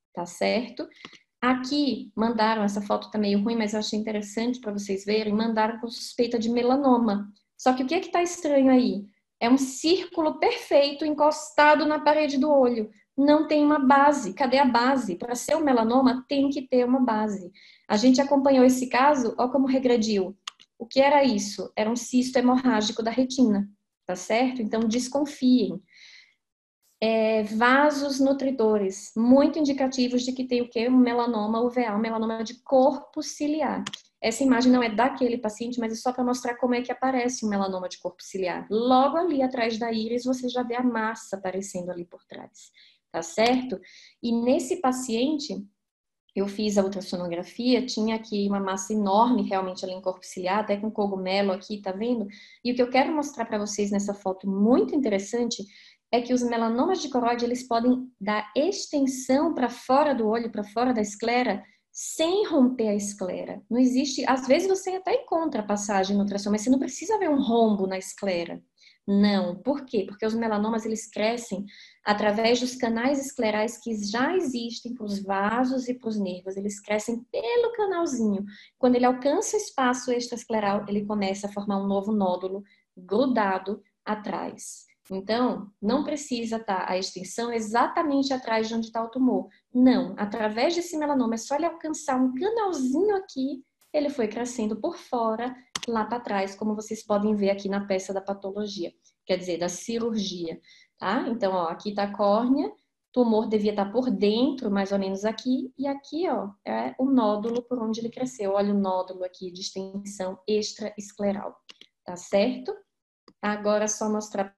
tá certo? Aqui mandaram, essa foto tá meio ruim, mas eu achei interessante para vocês verem, mandaram com suspeita de melanoma. Só que o que é que tá estranho aí? É um círculo perfeito encostado na parede do olho. Não tem uma base. Cadê a base? Para ser um melanoma, tem que ter uma base. A gente acompanhou esse caso, ó como regrediu. O que era isso? Era um cisto hemorrágico da retina, tá certo? Então, desconfiem. É, vasos nutridores, muito indicativos de que tem o quê? Um melanoma uveal, um melanoma de corpo ciliar. Essa imagem não é daquele paciente, mas é só para mostrar como é que aparece um melanoma de corpo ciliar. Logo ali atrás da íris, você já vê a massa aparecendo ali por trás, tá certo? E nesse paciente, eu fiz a ultrassonografia, tinha aqui uma massa enorme realmente ali em corpo ciliar, até com cogumelo aqui, tá vendo? E o que eu quero mostrar para vocês nessa foto muito interessante é que os melanomas de coroide, eles podem dar extensão para fora do olho, para fora da esclera, sem romper a esclera. Não existe, às vezes você até encontra passagem no ultrassom, mas você não precisa ver um rombo na esclera. Não. Por quê? Porque os melanomas, eles crescem através dos canais esclerais que já existem para os vasos e para os nervos. Eles crescem pelo canalzinho. Quando ele alcança o espaço extraescleral, ele começa a formar um novo nódulo grudado atrás. Então, não precisa estar a extensão exatamente atrás de onde está o tumor. Não, através desse melanoma, é só ele alcançar um canalzinho aqui, ele foi crescendo por fora, lá para trás, como vocês podem ver aqui na peça da patologia, quer dizer, da cirurgia, tá? Então, ó, aqui está a córnea, tumor devia estar por dentro, mais ou menos aqui, e aqui, ó, é o nódulo por onde ele cresceu. Olha o nódulo aqui de extensão extraescleral, tá certo? Agora é só mostrar.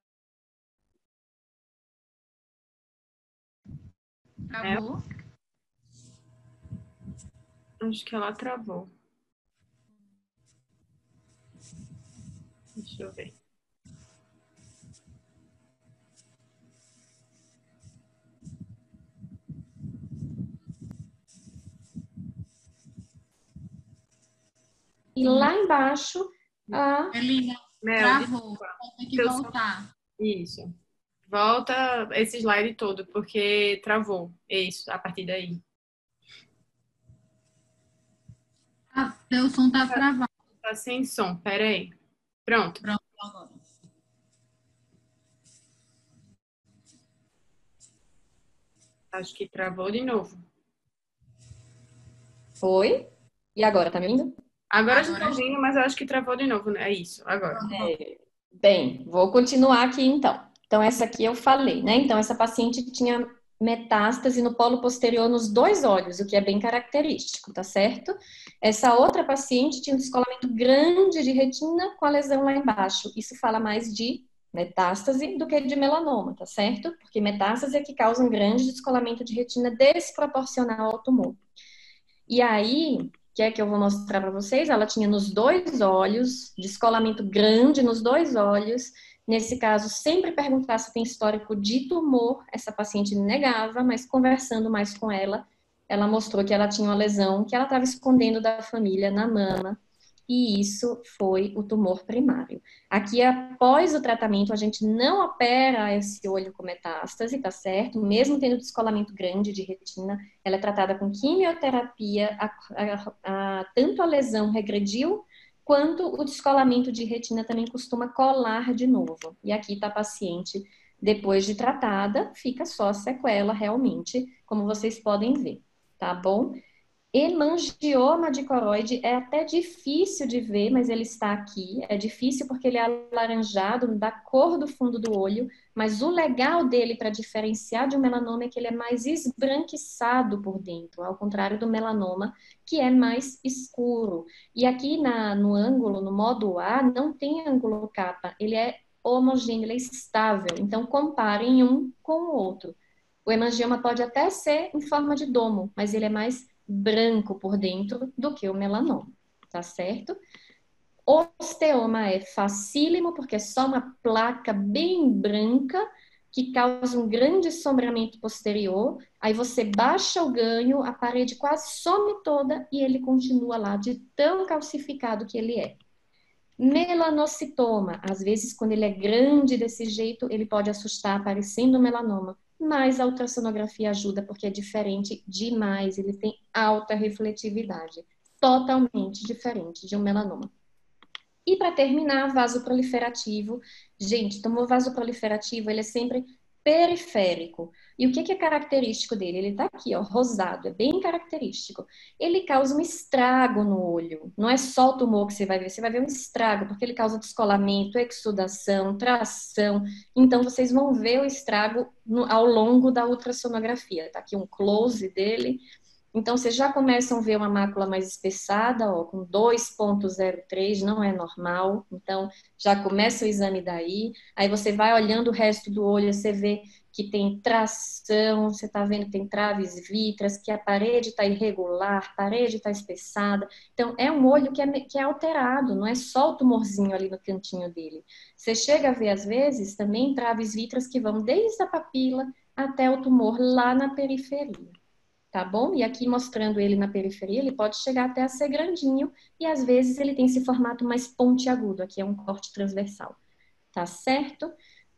Travou? Acho que ela travou. Deixa eu ver. E lá embaixo, a... Elina, Mel, travou. desculpa. Tem que Eu voltar. Isso. Volta esse slide todo, porque travou. Isso, a partir daí. Ah, teu som tá travado. Tá sem som, pera aí. Pronto. Pronto, agora. Acho que travou de novo. Foi? E agora, tá me ouvindo? Agora já Agora tô ouvindo, mas eu acho que travou de novo, né? É isso, agora. É, bem, vou continuar aqui então. Então, essa aqui eu falei, né? Então, essa paciente tinha metástase no polo posterior nos dois olhos, o que é bem característico, tá certo? Essa outra paciente tinha um descolamento grande de retina com a lesão lá embaixo. Isso fala mais de metástase do que de melanoma, tá certo? Porque metástase é que causa um grande descolamento de retina desproporcional ao tumor. E aí, que é que eu vou mostrar para vocês, ela tinha nos dois olhos, descolamento grande nos dois olhos. Nesse caso, sempre perguntar se tem histórico de tumor. Essa paciente negava, mas conversando mais com ela, ela mostrou que ela tinha uma lesão que ela estava escondendo da família na mama. E isso foi o tumor primário. Aqui, após o tratamento, a gente não opera esse olho com metástase, tá certo? Mesmo tendo descolamento grande de retina, ela é tratada com quimioterapia, a, a, a, tanto a lesão regrediu, quanto o descolamento de retina também costuma colar de novo. E aqui está a paciente, depois de tratada, fica só a sequela realmente, como vocês podem ver, tá bom? Hemangioma de coroide é até difícil de ver, mas ele está aqui. É difícil porque ele é alaranjado, da cor do fundo do olho, mas o legal dele para diferenciar de um melanoma é que ele é mais esbranquiçado por dentro, ao contrário do melanoma, que é mais escuro. E aqui na, no ângulo, no modo A, não tem ângulo capa, ele é homogêneo, ele é estável. Então, comparem um com o outro. O hemangioma pode até ser em forma de domo, mas ele é mais branco por dentro do que o melanoma, tá certo? Osteoma é facílimo, porque é só uma placa bem branca que causa um grande sombreamento posterior. Aí você baixa o ganho, a parede quase some toda e ele continua lá de tão calcificado que ele é. Melanocitoma, às vezes quando ele é grande desse jeito, ele pode assustar aparecendo melanoma. mas a ultrassonografia ajuda porque é diferente demais, ele tem alta refletividade, totalmente diferente de um melanoma. E para terminar, vaso proliferativo. Gente, tumor vaso proliferativo, ele é sempre periférico. E o que que é característico dele? Ele tá aqui, ó, rosado, é bem característico. Ele causa um estrago no olho. Não é só o tumor que você vai ver, você vai ver um estrago, porque ele causa descolamento, exudação, tração. Então, vocês vão ver o estrago no, ao longo da ultrassonografia. Tá aqui um close dele. Então, vocês já começam a ver uma mácula mais espessada, ó, com dois ponto zero três, não é normal. Então, já começa o exame daí. Aí você vai olhando o resto do olho, você vê que tem tração, você está vendo que tem traves vítreas, que a parede está irregular, a parede está espessada. Então, é um olho que é, que é alterado, não é só o tumorzinho ali no cantinho dele. Você chega a ver, às vezes, também traves vítreas que vão desde a papila até o tumor lá na periferia. Tá bom? E aqui mostrando ele na periferia, ele pode chegar até a ser grandinho e às vezes ele tem esse formato mais pontiagudo. Aqui é um corte transversal. Tá certo?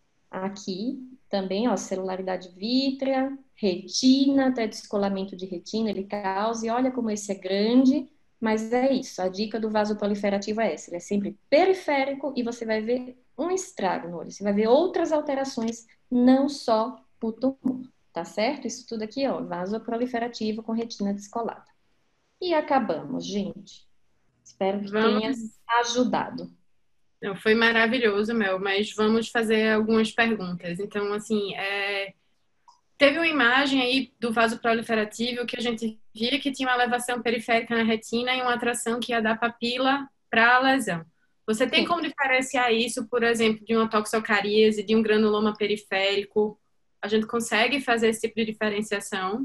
Aqui também, ó, celularidade vítrea, retina, até descolamento de retina ele causa. E olha como esse é grande, mas é isso. A dica do vaso proliferativo é essa. Ele é sempre periférico e você vai ver um estrago no olho. Você vai ver outras alterações, não só o tumor. Tá certo? Isso tudo aqui, ó, vaso proliferativo com retina descolada. E acabamos, gente. Espero que Vamos. tenha ajudado. Não, foi maravilhoso, Mel, mas vamos fazer algumas perguntas. Então, assim, é... teve uma imagem aí do vaso proliferativo que a gente via que tinha uma elevação periférica na retina e uma atração que ia da papila para a lesão. Você tem Sim. como diferenciar isso, por exemplo, de uma toxocaríase, de um granuloma periférico? A gente consegue fazer esse tipo de diferenciação?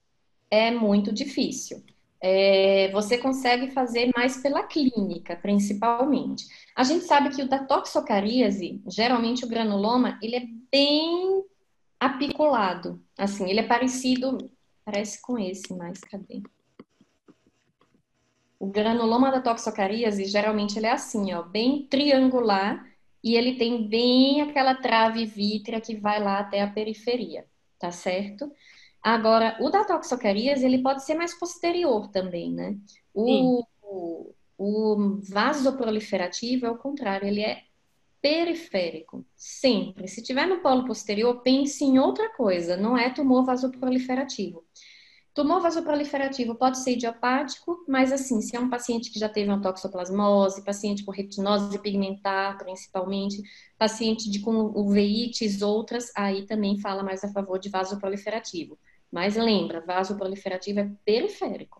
É muito difícil. É, você consegue fazer mais pela clínica, principalmente. A gente sabe que o da toxocaríase, geralmente o granuloma, ele é bem apiculado. Assim, ele é parecido, parece com esse, mas cadê? O granuloma da toxocaríase, geralmente ele é assim, ó, bem triangular, e ele tem bem aquela trave vítrea que vai lá até a periferia, tá certo? Agora, o da toxocaríase, ele pode ser mais posterior também, né? Sim. O, o, o vasoproliferativo é o contrário, ele é periférico, sempre. Se tiver no polo posterior, pense em outra coisa, não é tumor vasoproliferativo. Tumor vasoproliferativo pode ser idiopático, mas assim, se é um paciente que já teve uma toxoplasmose, paciente com retinose pigmentar, principalmente, paciente de, com uveites, outras, aí também fala mais a favor de vasoproliferativo. Mas lembra, vasoproliferativo é periférico.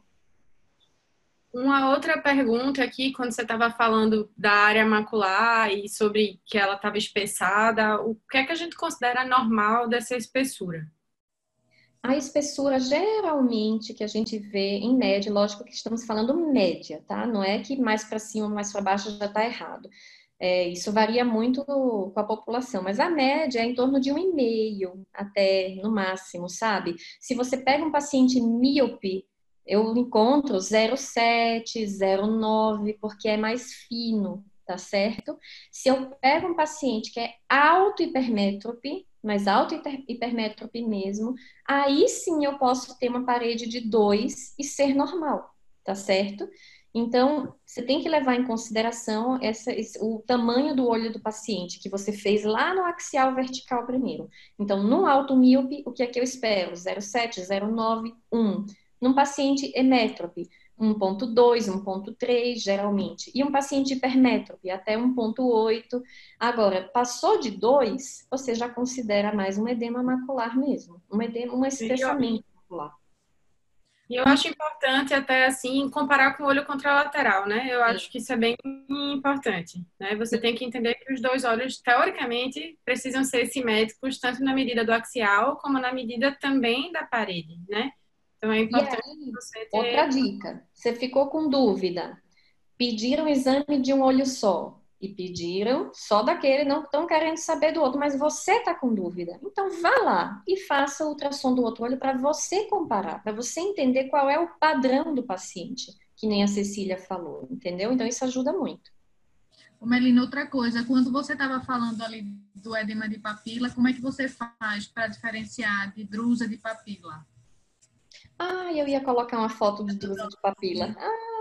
Uma outra pergunta aqui, quando você estava falando da área macular e sobre que ela estava espessada, o que é que a gente considera normal dessa espessura? A espessura, geralmente, que a gente vê em média, lógico que estamos falando média, tá? Não é que mais para cima, mais para baixo já está errado. É, isso varia muito com a população, mas a média é em torno de um e meio até no máximo, sabe? Se você pega um paciente míope, eu encontro zero vírgula sete, zero vírgula nove, porque é mais fino, tá certo? Se eu pego um paciente que é alto hipermétrope, mas alto hipermétrope mesmo, aí sim eu posso ter uma parede de dois e ser normal, tá certo? Então, você tem que levar em consideração essa, esse, o tamanho do olho do paciente que você fez lá no axial vertical primeiro. Então, no alto míope, o que é que eu espero? zero vírgula sete, zero vírgula nove, um. Num paciente hemétrope, um ponto dois, um ponto três, geralmente. E um paciente hipermétrope, até um ponto oito. Agora, passou de dois, você já considera mais um edema macular mesmo. Um edema, um espessamento macular. E eu acho importante até, assim, comparar com o olho contralateral, né? Eu acho que isso é bem importante, né? Você tem que entender que os dois olhos, teoricamente, precisam ser simétricos, tanto na medida do axial, como na medida também da parede, né? Então, é importante E aí, você ter... outra dica, você ficou com dúvida, pediram exame de um olho só e pediram só daquele, não estão querendo saber do outro, mas você está com dúvida. Então vá lá e faça o ultrassom do outro olho para você comparar, para você entender qual é o padrão do paciente, que nem a Cecília falou, entendeu? Então isso ajuda muito. Ô, Melina, outra coisa, quando você estava falando ali do edema de papila, como é que você faz para diferenciar de drusa de papila? Ah, eu ia colocar uma foto de drusa de papila. Ah,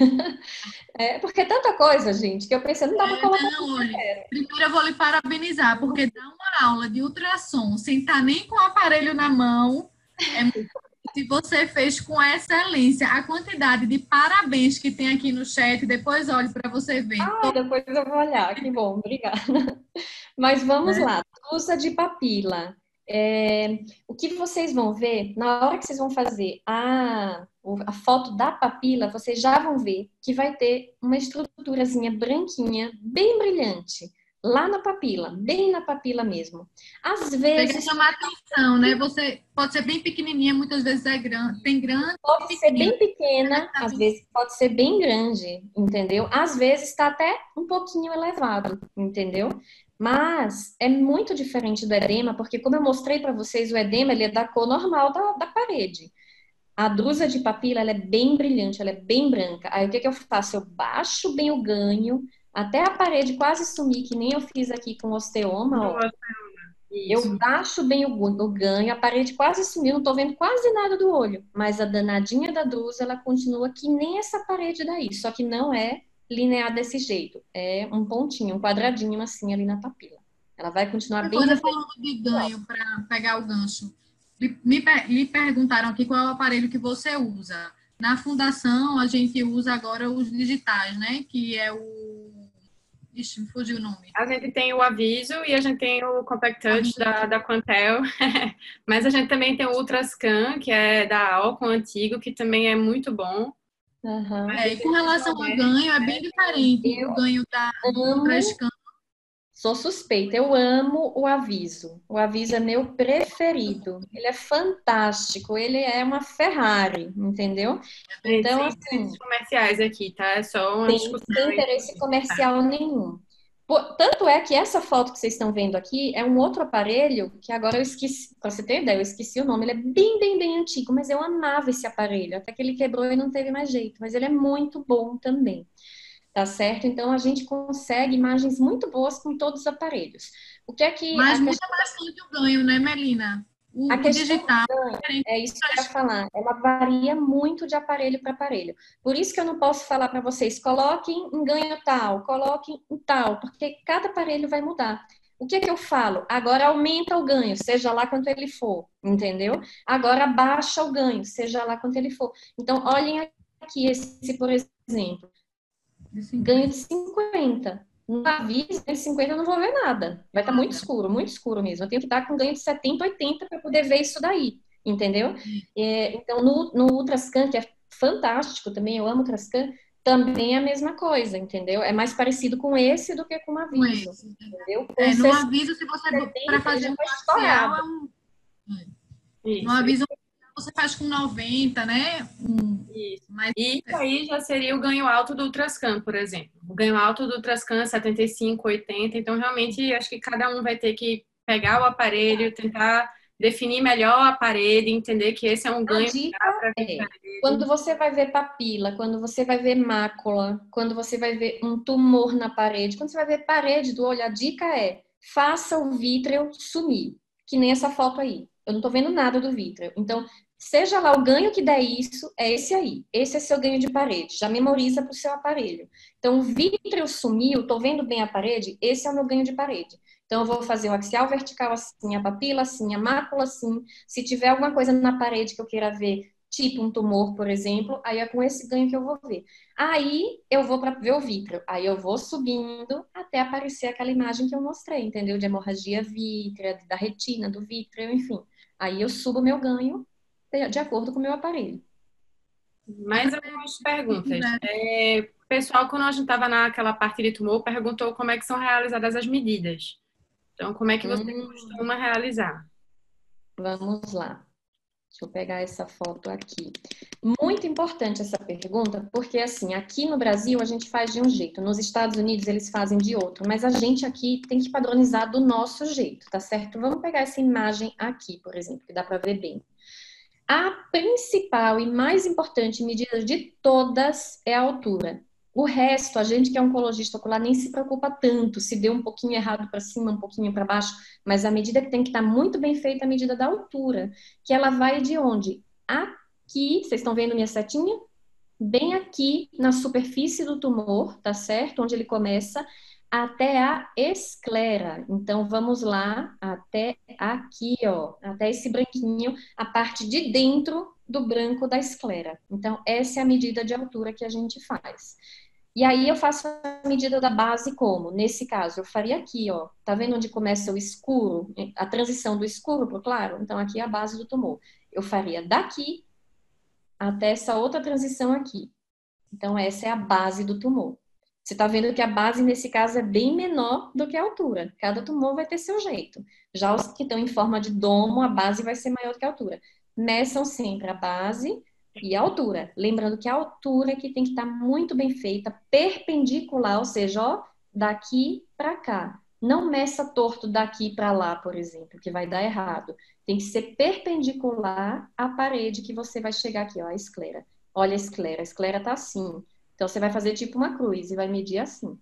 é, porque é tanta coisa, gente, que eu pensei, não dá para É, colocar não, tudo que eu olha, quero. primeiro eu vou lhe parabenizar, porque dar uma aula de ultrassom sem estar nem com o aparelho na mão, é muito. Se você fez com excelência, a quantidade de parabéns que tem aqui no chat, depois olhe para você ver. Ai, depois eu vou olhar, que bom, obrigada. Mas vamos Né? lá, drusa de papila. É, o que vocês vão ver, na hora que vocês vão fazer a, o- a foto da papila, vocês já vão ver que vai ter uma estruturazinha branquinha, bem brilhante, lá na papila, bem na papila mesmo. Às Chega a vezes chamar atenção, né? Você pode ser bem pequenininha, muitas vezes é grande, tem grande e pode ser pequenininho. bem pequena, às vezes pode ser bem grande, entendeu? Às vezes está até um pouquinho elevado, entendeu? Mas é muito diferente do edema, porque como eu mostrei para vocês, o edema ele é da cor normal da, da parede. A drusa de papila ela é bem brilhante, ela é bem branca. Aí o que que eu faço? Eu baixo bem o ganho até a parede quase sumir, que nem eu fiz aqui com o osteoma, ó. Nossa, Eu isso. baixo bem o gu- o ganho, a parede quase sumiu, não tô vendo quase nada do olho. Mas a danadinha da drusa, ela continua que nem essa parede daí, só que não é linear desse jeito. É um pontinho, um quadradinho assim ali na papila. Ela vai continuar Outra bem coisa, refletida. falando de ganho, para pegar o gancho, lhe, me per- lhe perguntaram aqui qual é o aparelho que você usa. Na fundação, a gente usa agora os digitais, né? Que é o. Ixi, me fugiu o nome. A gente tem o Aviso e a gente tem o Compact Touch da, da Quantel, mas a gente também tem o Ultrascan, que é da Alcon antigo, que também é muito bom. Aham. É, e com relação ao ganho, é bem diferente Eu o ganho da, do amo, Ultrascan. sou suspeita, eu amo o Aviso. O Aviso é meu preferido. Ele é fantástico, ele é uma Ferrari, entendeu? Gente, Então, sem assim, interesses comerciais aqui, tá? É só uma sem, discussão sem entre interesse comercial nenhum. Pô, tanto é que essa foto que vocês estão vendo aqui é um outro aparelho que agora eu esqueci, pra você ter ideia, eu esqueci o nome. Ele é bem, bem, bem antigo, mas eu amava esse aparelho, até que ele quebrou e não teve mais jeito. Mas ele é muito bom também, tá certo? Então a gente consegue imagens muito boas com todos os aparelhos. O que é que Mas a muda questão, bastante o ganho, né, Melina? a O, o questão digital é diferente é do isso que eu ia Ultrascan. falar. Ela varia muito de aparelho para aparelho. Por isso que eu não posso falar para vocês, coloquem em ganho tal, coloquem em tal, porque cada aparelho vai mudar. O que é que eu falo? Agora aumenta o ganho, seja lá quanto ele for, entendeu? Agora baixa o ganho, seja lá quanto ele for. Então, olhem aqui esse, por exemplo, ganho de cinquenta. No aviso, ganho de cinquenta eu não vou ver nada. Vai estar muito escuro, muito escuro mesmo. Eu tenho que estar com ganho de setenta, oitenta para poder ver isso daí, entendeu? É, então, no, no Ultrascan, que é fantástico também, eu amo o Ultrascan, também é a mesma coisa, entendeu? É mais parecido com esse do que com o Com aviso, esse. entendeu? Com É, no sessenta, aviso, se você para ele fazer já um foi parcial, estourado. é um. é. No isso. aviso você faz com noventa, né? Um, Isso. mas E isso aí já seria o ganho alto do Ultrascan, por exemplo. O ganho alto do Ultrascan é setenta e cinco, oitenta. Então, realmente, acho que cada um vai ter que pegar o aparelho, tentar definir melhor a parede, entender que esse é um A ganho que dica dá para ver é, parede. quando você vai ver papila, quando você vai ver mácula, quando você vai ver um tumor na parede, quando você vai ver parede do olho, a dica é, faça o vítreo sumir, que nem essa foto aí. Eu não tô vendo nada do vítreo. Então, seja lá o ganho que der isso, é esse aí. Esse é seu ganho de parede. Já memoriza para o seu aparelho. Então, o vítreo sumiu, tô vendo bem a parede, esse é o meu ganho de parede. Então, eu vou fazer o axial vertical assim, a papila assim, a mácula assim. Se tiver alguma coisa na parede que eu queira ver, tipo um tumor, por exemplo, aí é com esse ganho que eu vou ver. Aí eu vou para ver o vítreo. Aí eu vou subindo até aparecer aquela imagem que eu mostrei, entendeu? De hemorragia vítrea, da retina, do vítreo, enfim. Aí eu subo meu ganho de acordo com o meu aparelho. Mais algumas perguntas. né? É, o pessoal, quando a gente estava naquela parte de tumor, perguntou como é que são realizadas as medidas. Então, como é que você Hum, costuma realizar? vamos lá. Deixa eu pegar essa foto aqui. Muito importante essa pergunta, porque assim, aqui no Brasil a gente faz de um jeito, nos Estados Unidos eles fazem de outro, mas a gente aqui tem que padronizar do nosso jeito, tá certo? Vamos pegar essa imagem aqui, por exemplo, que dá para ver bem. A principal e mais importante medida de todas é a altura. O resto, a gente que é oncologista ocular nem se preocupa tanto se deu um pouquinho errado para cima, um pouquinho para baixo, mas a medida que tem que estar muito bem feita é a medida da altura, que ela vai de onde? Aqui, vocês estão vendo minha setinha? Bem aqui na superfície do tumor, tá certo? Onde ele começa, até a esclera. Então, vamos lá, até aqui, ó, até esse branquinho, a parte de dentro do branco da esclera. Então, essa é a medida de altura que a gente faz. E aí, eu faço a medida da base como? Nesse caso, eu faria aqui, ó. Tá vendo onde começa o escuro? A transição do escuro pro claro? Então, aqui é a base do tumor. Eu faria daqui até essa outra transição aqui. Então, essa é a base do tumor. Você está vendo que a base, nesse caso, é bem menor do que a altura. Cada tumor vai ter seu jeito. Já os que estão em forma de domo, a base vai ser maior do que a altura. Meçam sempre a base e a altura. Lembrando que a altura aqui tem que estar muito bem feita, perpendicular, ou seja, ó, daqui para cá. Não meça torto daqui para lá, por exemplo, que vai dar errado. Tem que ser perpendicular à parede que você vai chegar aqui, ó, a esclera. Olha a esclera, a esclera tá assim. Então, você vai fazer tipo uma cruz e vai medir assim.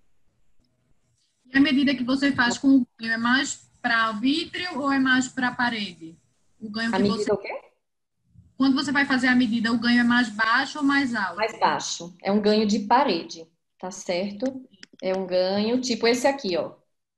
E a medida que você faz com o ganho é mais para o vítreo ou é mais para a parede? O ganho que a medida você... é o quê? Quando você vai fazer a medida, o ganho é mais baixo ou mais alto? Mais baixo. É um ganho de parede, tá certo? É um ganho tipo esse aqui, ó.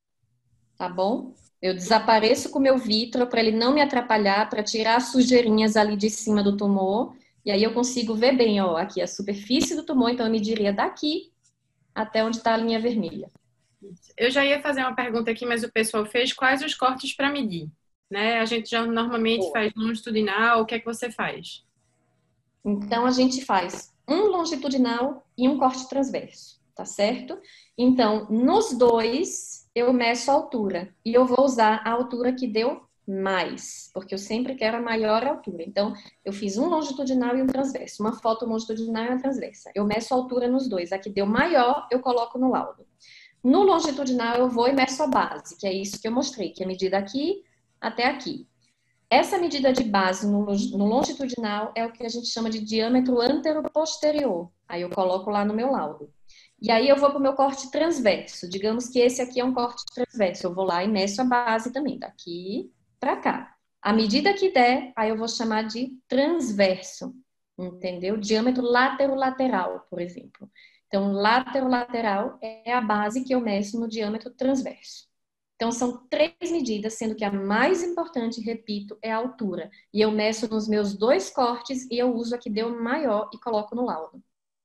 Tá bom? Eu desapareço com o meu vítreo para ele não me atrapalhar, para tirar as sujeirinhas ali de cima do tumor. E aí eu consigo ver bem, ó, aqui a superfície do tumor, então eu mediria daqui até onde está a linha vermelha. Eu já ia fazer uma pergunta aqui, mas o pessoal fez quais os cortes para medir, né? A gente já normalmente Boa. faz longitudinal, o que é que você faz? Então a gente faz um longitudinal e um corte transverso, tá certo? Então, nos dois eu meço a altura e eu vou usar a altura que deu mais, porque eu sempre quero a maior altura. Então, eu fiz um longitudinal e um transverso, uma foto longitudinal e uma transversa. Eu meço a altura nos dois. A que deu maior, eu coloco no laudo. No longitudinal, eu vou e meço a base, que é isso que eu mostrei, que é a medida aqui até aqui. Essa medida de base no, no longitudinal é o que a gente chama de diâmetro antero-posterior. Aí eu coloco lá no meu laudo. E aí eu vou para o meu corte transverso. Digamos que esse aqui é um corte transverso. Eu vou lá e meço a base também, daqui para cá. A medida que der, aí eu vou chamar de transverso, entendeu? Diâmetro látero-lateral, por exemplo. Então, látero-lateral é a base que eu meço no diâmetro transverso. Então, são três medidas, sendo que a mais importante, repito, é a altura. E eu meço nos meus dois cortes e eu uso a que deu maior e coloco no laudo.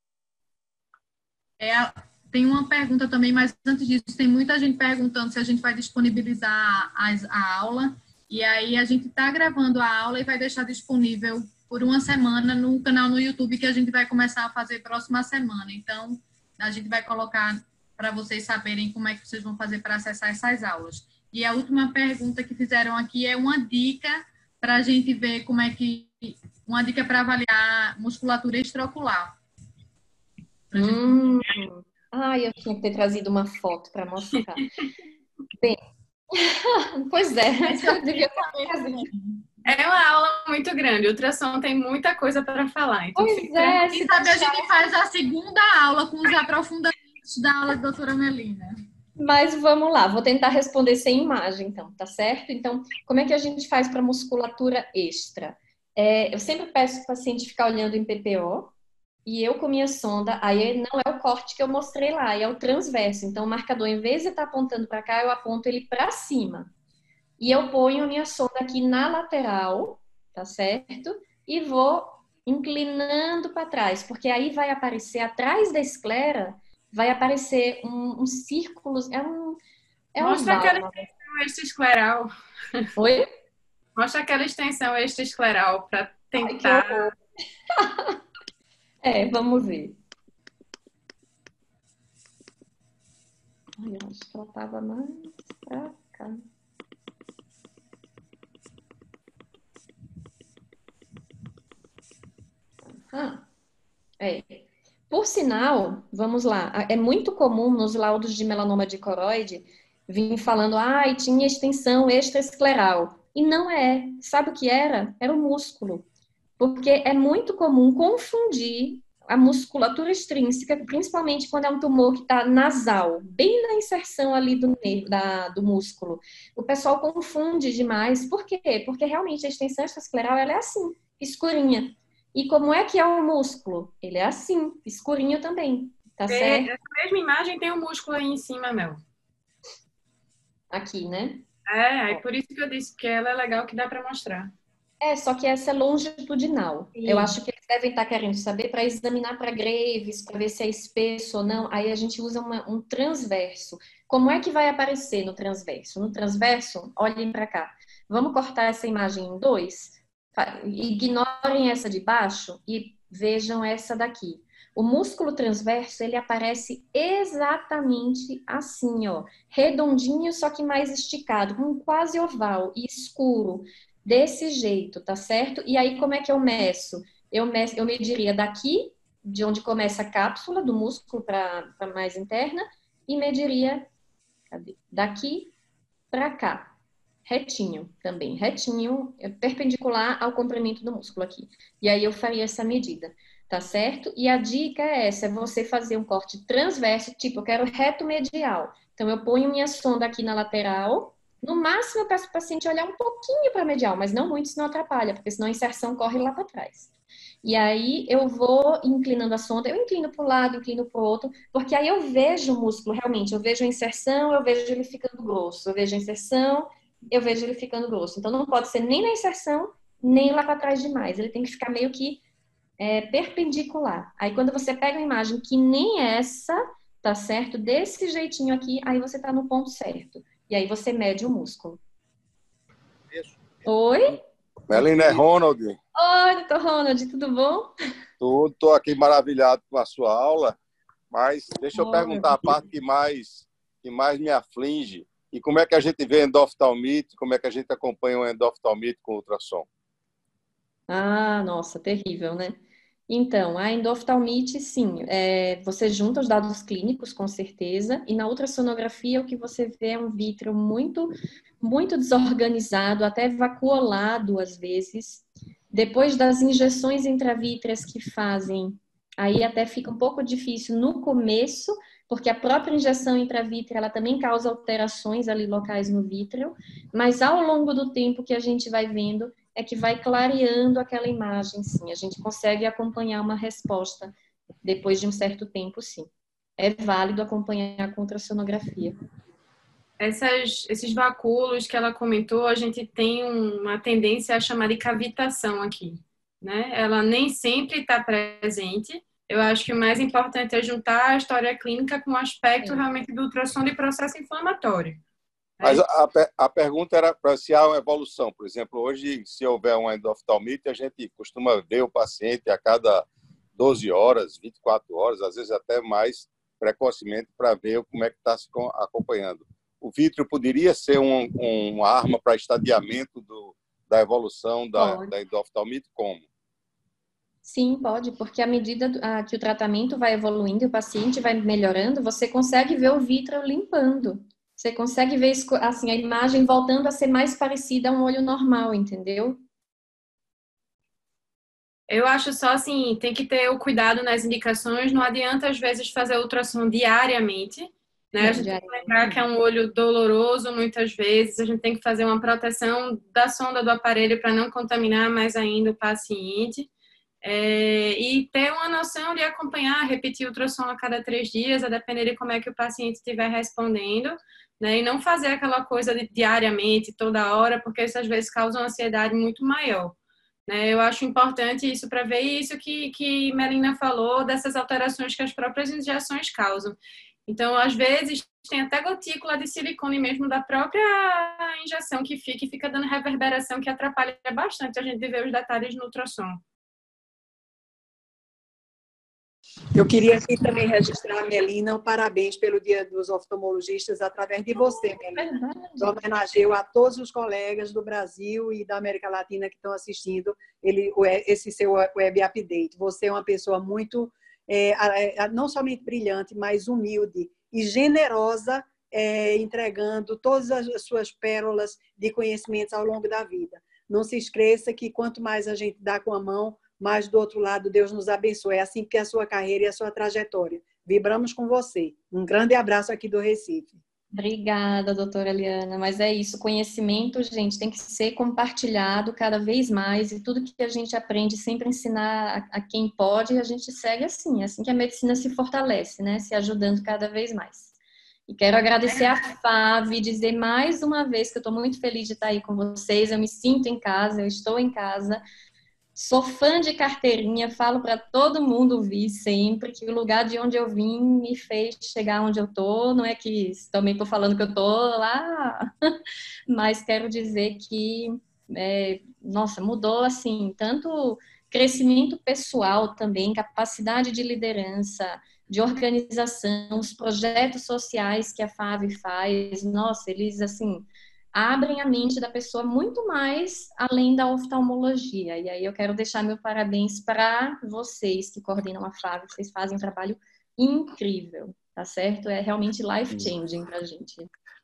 É, tem uma pergunta também, mas antes disso, tem muita gente perguntando se a gente vai disponibilizar as, a aula. E aí, a gente está gravando a aula e vai deixar disponível por uma semana no canal no YouTube que a gente vai começar a fazer próxima semana. Então, a gente vai colocar para vocês saberem como é que vocês vão fazer para acessar essas aulas. E a última pergunta que fizeram aqui é uma dica para a gente ver como é que... Uma dica para avaliar musculatura extraocular. Hum. Ai, eu tinha que ter trazido uma foto para mostrar. Bem, pois é, eu devia ter. É uma aula muito grande, o ultrassom tem muita coisa para falar. Então pois fica... é, se sabe, a gente faz a segunda aula com os aprofundamentos da aula da doutora Melina. Mas vamos lá, vou tentar responder sem imagem, então, tá certo? Então, como é que a gente faz para musculatura extra? É, eu sempre peço para o paciente ficar olhando em P P O, e eu com minha sonda, aí não é o corte que eu mostrei lá, é o transverso. Então, o marcador, em vez de estar apontando para cá, eu aponto ele para cima. E eu ponho a minha sonda aqui na lateral, tá certo? E vou inclinando para trás, porque aí vai aparecer atrás da esclera, vai aparecer um, um círculo, é um é Mostra um aquela extensão extraescleral. Oi? Mostra aquela extensão extraescleral para tentar... Ai, é, vamos ver. Ai, eu acho que ela tava mais pra cá. Ah, é. Por sinal, vamos lá, é muito comum nos laudos de melanoma dicoroide vir falando, ai, ah, tinha extensão extraescleral. E não é. Sabe o que era? Era o músculo. Porque é muito comum confundir a musculatura extrínseca, principalmente quando é um tumor que está nasal, bem na inserção ali do nervo, da, do músculo. O pessoal confunde demais. Por quê? Porque realmente a extensão extraescleral ela é assim, escurinha. E como é que é o músculo? Ele é assim, escurinho também, tá certo? Essa mesma imagem tem um músculo aí em cima, Mel. Aqui, né? É, aí por isso que eu disse que ela é legal que dá para mostrar. É, só que essa é longitudinal. Sim. Eu acho que eles devem estar querendo saber para examinar para Graves, para ver se é espesso ou não. Aí a gente usa uma, um transverso. Como é que vai aparecer no transverso? No transverso, olhem para cá. Vamos cortar essa imagem em dois? Ignorem essa de baixo e vejam essa daqui. O músculo transverso, ele aparece exatamente assim, ó. Redondinho, só que mais esticado, um quase oval e escuro. Desse jeito, tá certo? E aí, como é que eu meço? Eu, meço, eu mediria daqui, de onde começa a cápsula do músculo para mais interna, e mediria cadê? Daqui para cá. Retinho também. Retinho, perpendicular ao comprimento do músculo aqui. E aí eu faria essa medida, tá certo? E a dica é essa, é você fazer um corte transverso, tipo, eu quero reto medial. Então, eu ponho minha sonda aqui na lateral. No máximo, eu peço para o paciente olhar um pouquinho para a medial, mas não muito, senão atrapalha, porque senão a inserção corre lá para trás. E aí, eu vou inclinando a sonda, eu inclino para um lado, inclino para o outro, porque aí eu vejo o músculo, realmente, eu vejo a inserção, eu vejo ele ficando grosso, eu vejo a inserção, eu vejo ele ficando grosso. Então, não pode ser nem na inserção, nem lá para trás demais. Ele tem que ficar meio que é, perpendicular. Aí, quando você pega uma imagem que nem essa, tá certo? Desse jeitinho aqui, aí você tá no ponto certo. E aí você mede o músculo. Isso. Oi? Melina, é Ronald. Oi, doutor Ronald, tudo bom? Tudo, estou aqui maravilhado com a sua aula, mas deixa eu Oi. perguntar a parte que mais, que mais me aflige. E como é que a gente vê endoftalmite, como é que a gente acompanha o endoftalmite com ultrassom? Ah, nossa, terrível, né? Então, a endoftalmite, sim, é, você junta os dados clínicos, com certeza, e na ultrassonografia o que você vê é um vítreo muito, muito desorganizado, até vacuolado às vezes. Depois das injeções intravítreas que fazem, aí até fica um pouco difícil no começo, porque a própria injeção intravítrea, ela também causa alterações ali locais no vítreo, mas ao longo do tempo que a gente vai vendo, é que vai clareando aquela imagem, sim. A gente consegue acompanhar uma resposta depois de um certo tempo, sim. É válido acompanhar com ultrassonografia. Essas, esses vacúolos que ela comentou, a gente tem uma tendência a chamar de cavitação aqui, né? Ela nem sempre está presente. Eu acho que o mais importante é juntar a história clínica com o aspecto Sim. realmente do ultrassom de processo inflamatório. Mas a, a pergunta era para se há uma evolução. Por exemplo, hoje, se houver uma endoftalmite, a gente costuma ver o paciente a cada doze horas, vinte e quatro horas, às vezes até mais precocemente, para ver como é que está se acompanhando. O vítreo poderia ser um, um, uma arma para estadiamento do, da evolução da, da endoftalmite? Como? Sim, pode, porque à medida que o tratamento vai evoluindo e o paciente vai melhorando, você consegue ver o vítreo limpando. Você consegue ver assim, a imagem voltando a ser mais parecida a um olho normal, entendeu? Eu acho só assim, tem que ter o cuidado nas indicações, não adianta às vezes fazer ultrassom diariamente, né? Não, a gente tem que lembrar que é um olho doloroso muitas vezes, a gente tem que fazer uma proteção da sonda do aparelho para não contaminar mais ainda o paciente. É, e ter uma noção de acompanhar, repetir o ultrassom a cada três dias, a depender de como é que o paciente estiver respondendo, né? E não fazer aquela coisa de diariamente, toda hora, porque isso às vezes causa uma ansiedade muito maior, né? Eu acho importante isso para ver isso que, que Melina falou, dessas alterações que as próprias injeções causam. Então, às vezes, tem até gotícula de silicone mesmo da própria injeção que fica, e fica dando reverberação que atrapalha bastante a gente ver os detalhes no ultrassom. Eu queria aqui também registrar, Melina, um parabéns pelo Dia dos Oftalmologistas através de você, Melina. Eu homenageio a todos os colegas do Brasil e da América Latina que estão assistindo ele, esse seu web update. Você é uma pessoa muito, é, não somente brilhante, mas humilde e generosa, é, entregando todas as suas pérolas de conhecimentos ao longo da vida. Não se esqueça que quanto mais a gente dá com a mão, mas do outro lado, Deus nos abençoe. É assim que é a sua carreira e a sua trajetória. Vibramos com você. Um grande abraço aqui do Recife. Obrigada, doutora Eliana. Mas é isso, conhecimento, gente, tem que ser compartilhado cada vez mais e tudo que a gente aprende, sempre ensinar a, a quem pode, a gente segue assim, assim que a medicina se fortalece, né? Se ajudando cada vez mais. E quero agradecer a Fábio e dizer mais uma vez que eu estou muito feliz de estar aí com vocês, eu me sinto em casa, eu estou em casa. Sou fã de carteirinha, falo para todo mundo ouvir sempre que o lugar de onde eu vim me fez chegar onde eu tô. Não é que também estou falando que eu tô lá, mas quero dizer que, é, nossa, mudou assim, tanto crescimento pessoal também, capacidade de liderança, de organização, os projetos sociais que a F A V faz, nossa, eles assim abrem a mente da pessoa muito mais além da oftalmologia. E aí eu quero deixar meu parabéns para vocês que coordenam a F A V, vocês fazem um trabalho incrível, tá certo? É realmente life-changing pra gente.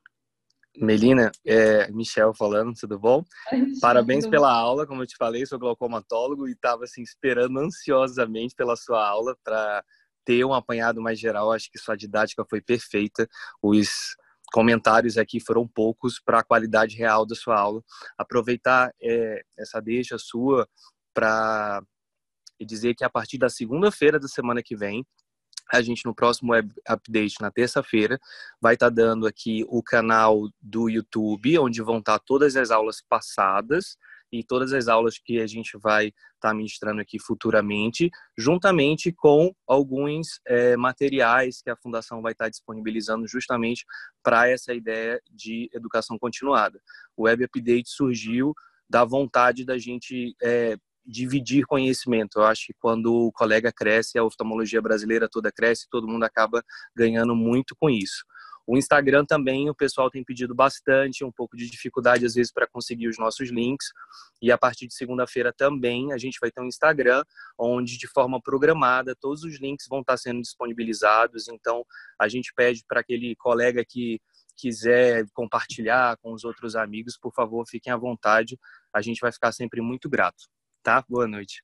Melina, é, Michel falando, tudo bom? Ai, Parabéns tudo pela bom. aula, como eu te falei, sou glaucomatólogo e estava assim, esperando ansiosamente pela sua aula para ter um apanhado mais geral. Acho que sua didática foi perfeita, os comentários aqui foram poucos para a qualidade real da sua aula. Aproveitar é, essa deixa sua para dizer que a partir da segunda-feira da semana que vem, a gente no próximo Web Update, na terça-feira, vai estar dando aqui o canal do YouTube, onde vão estar todas as aulas passadas e todas as aulas que a gente vai estar ministrando aqui futuramente, juntamente com alguns é, materiais que a Fundação vai estar disponibilizando justamente para essa ideia de educação continuada. O Web Update surgiu da vontade da gente é, dividir conhecimento. Eu acho que quando o colega cresce, a oftalmologia brasileira toda cresce, todo mundo acaba ganhando muito com isso. O Instagram também, o pessoal tem pedido bastante, um pouco de dificuldade às vezes para conseguir os nossos links, e a partir de segunda-feira também a gente vai ter um Instagram, onde de forma programada todos os links vão estar sendo disponibilizados, então a gente pede para aquele colega que quiser compartilhar com os outros amigos, por favor, fiquem à vontade, a gente vai ficar sempre muito grato. Tá? Boa noite.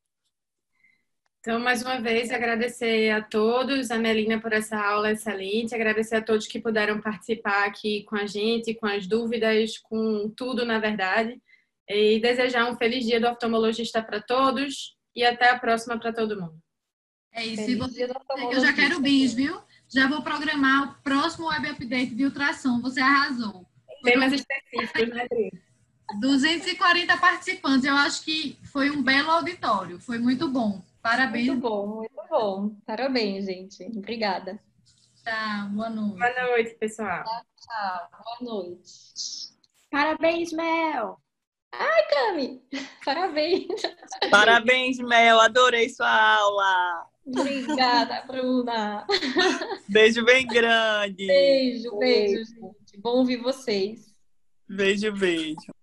Então, mais uma vez, agradecer a todos, a Melina por essa aula excelente, agradecer a todos que puderam participar aqui com a gente, com as dúvidas, com tudo, na verdade, e desejar um feliz dia do oftalmologista para todos e até a próxima para todo mundo. É isso, e você, eu já quero bis, viu? Já vou programar o próximo Web Update de ultrassom, você arrasou. Temas específicos, né, Adri? duzentos e quarenta participantes, eu acho que foi um belo auditório, foi muito bom. Parabéns. Muito bom, muito bom. Parabéns, gente. Obrigada. Tchau, boa noite. Boa noite, pessoal. Tchau, tchau. Boa noite. Parabéns, Mel! Ai, Cami! Parabéns. Parabéns, Mel. Adorei sua aula. Obrigada, Bruna. Beijo bem grande. Beijo, beijo, gente. Bom ouvir vocês. Beijo, beijo.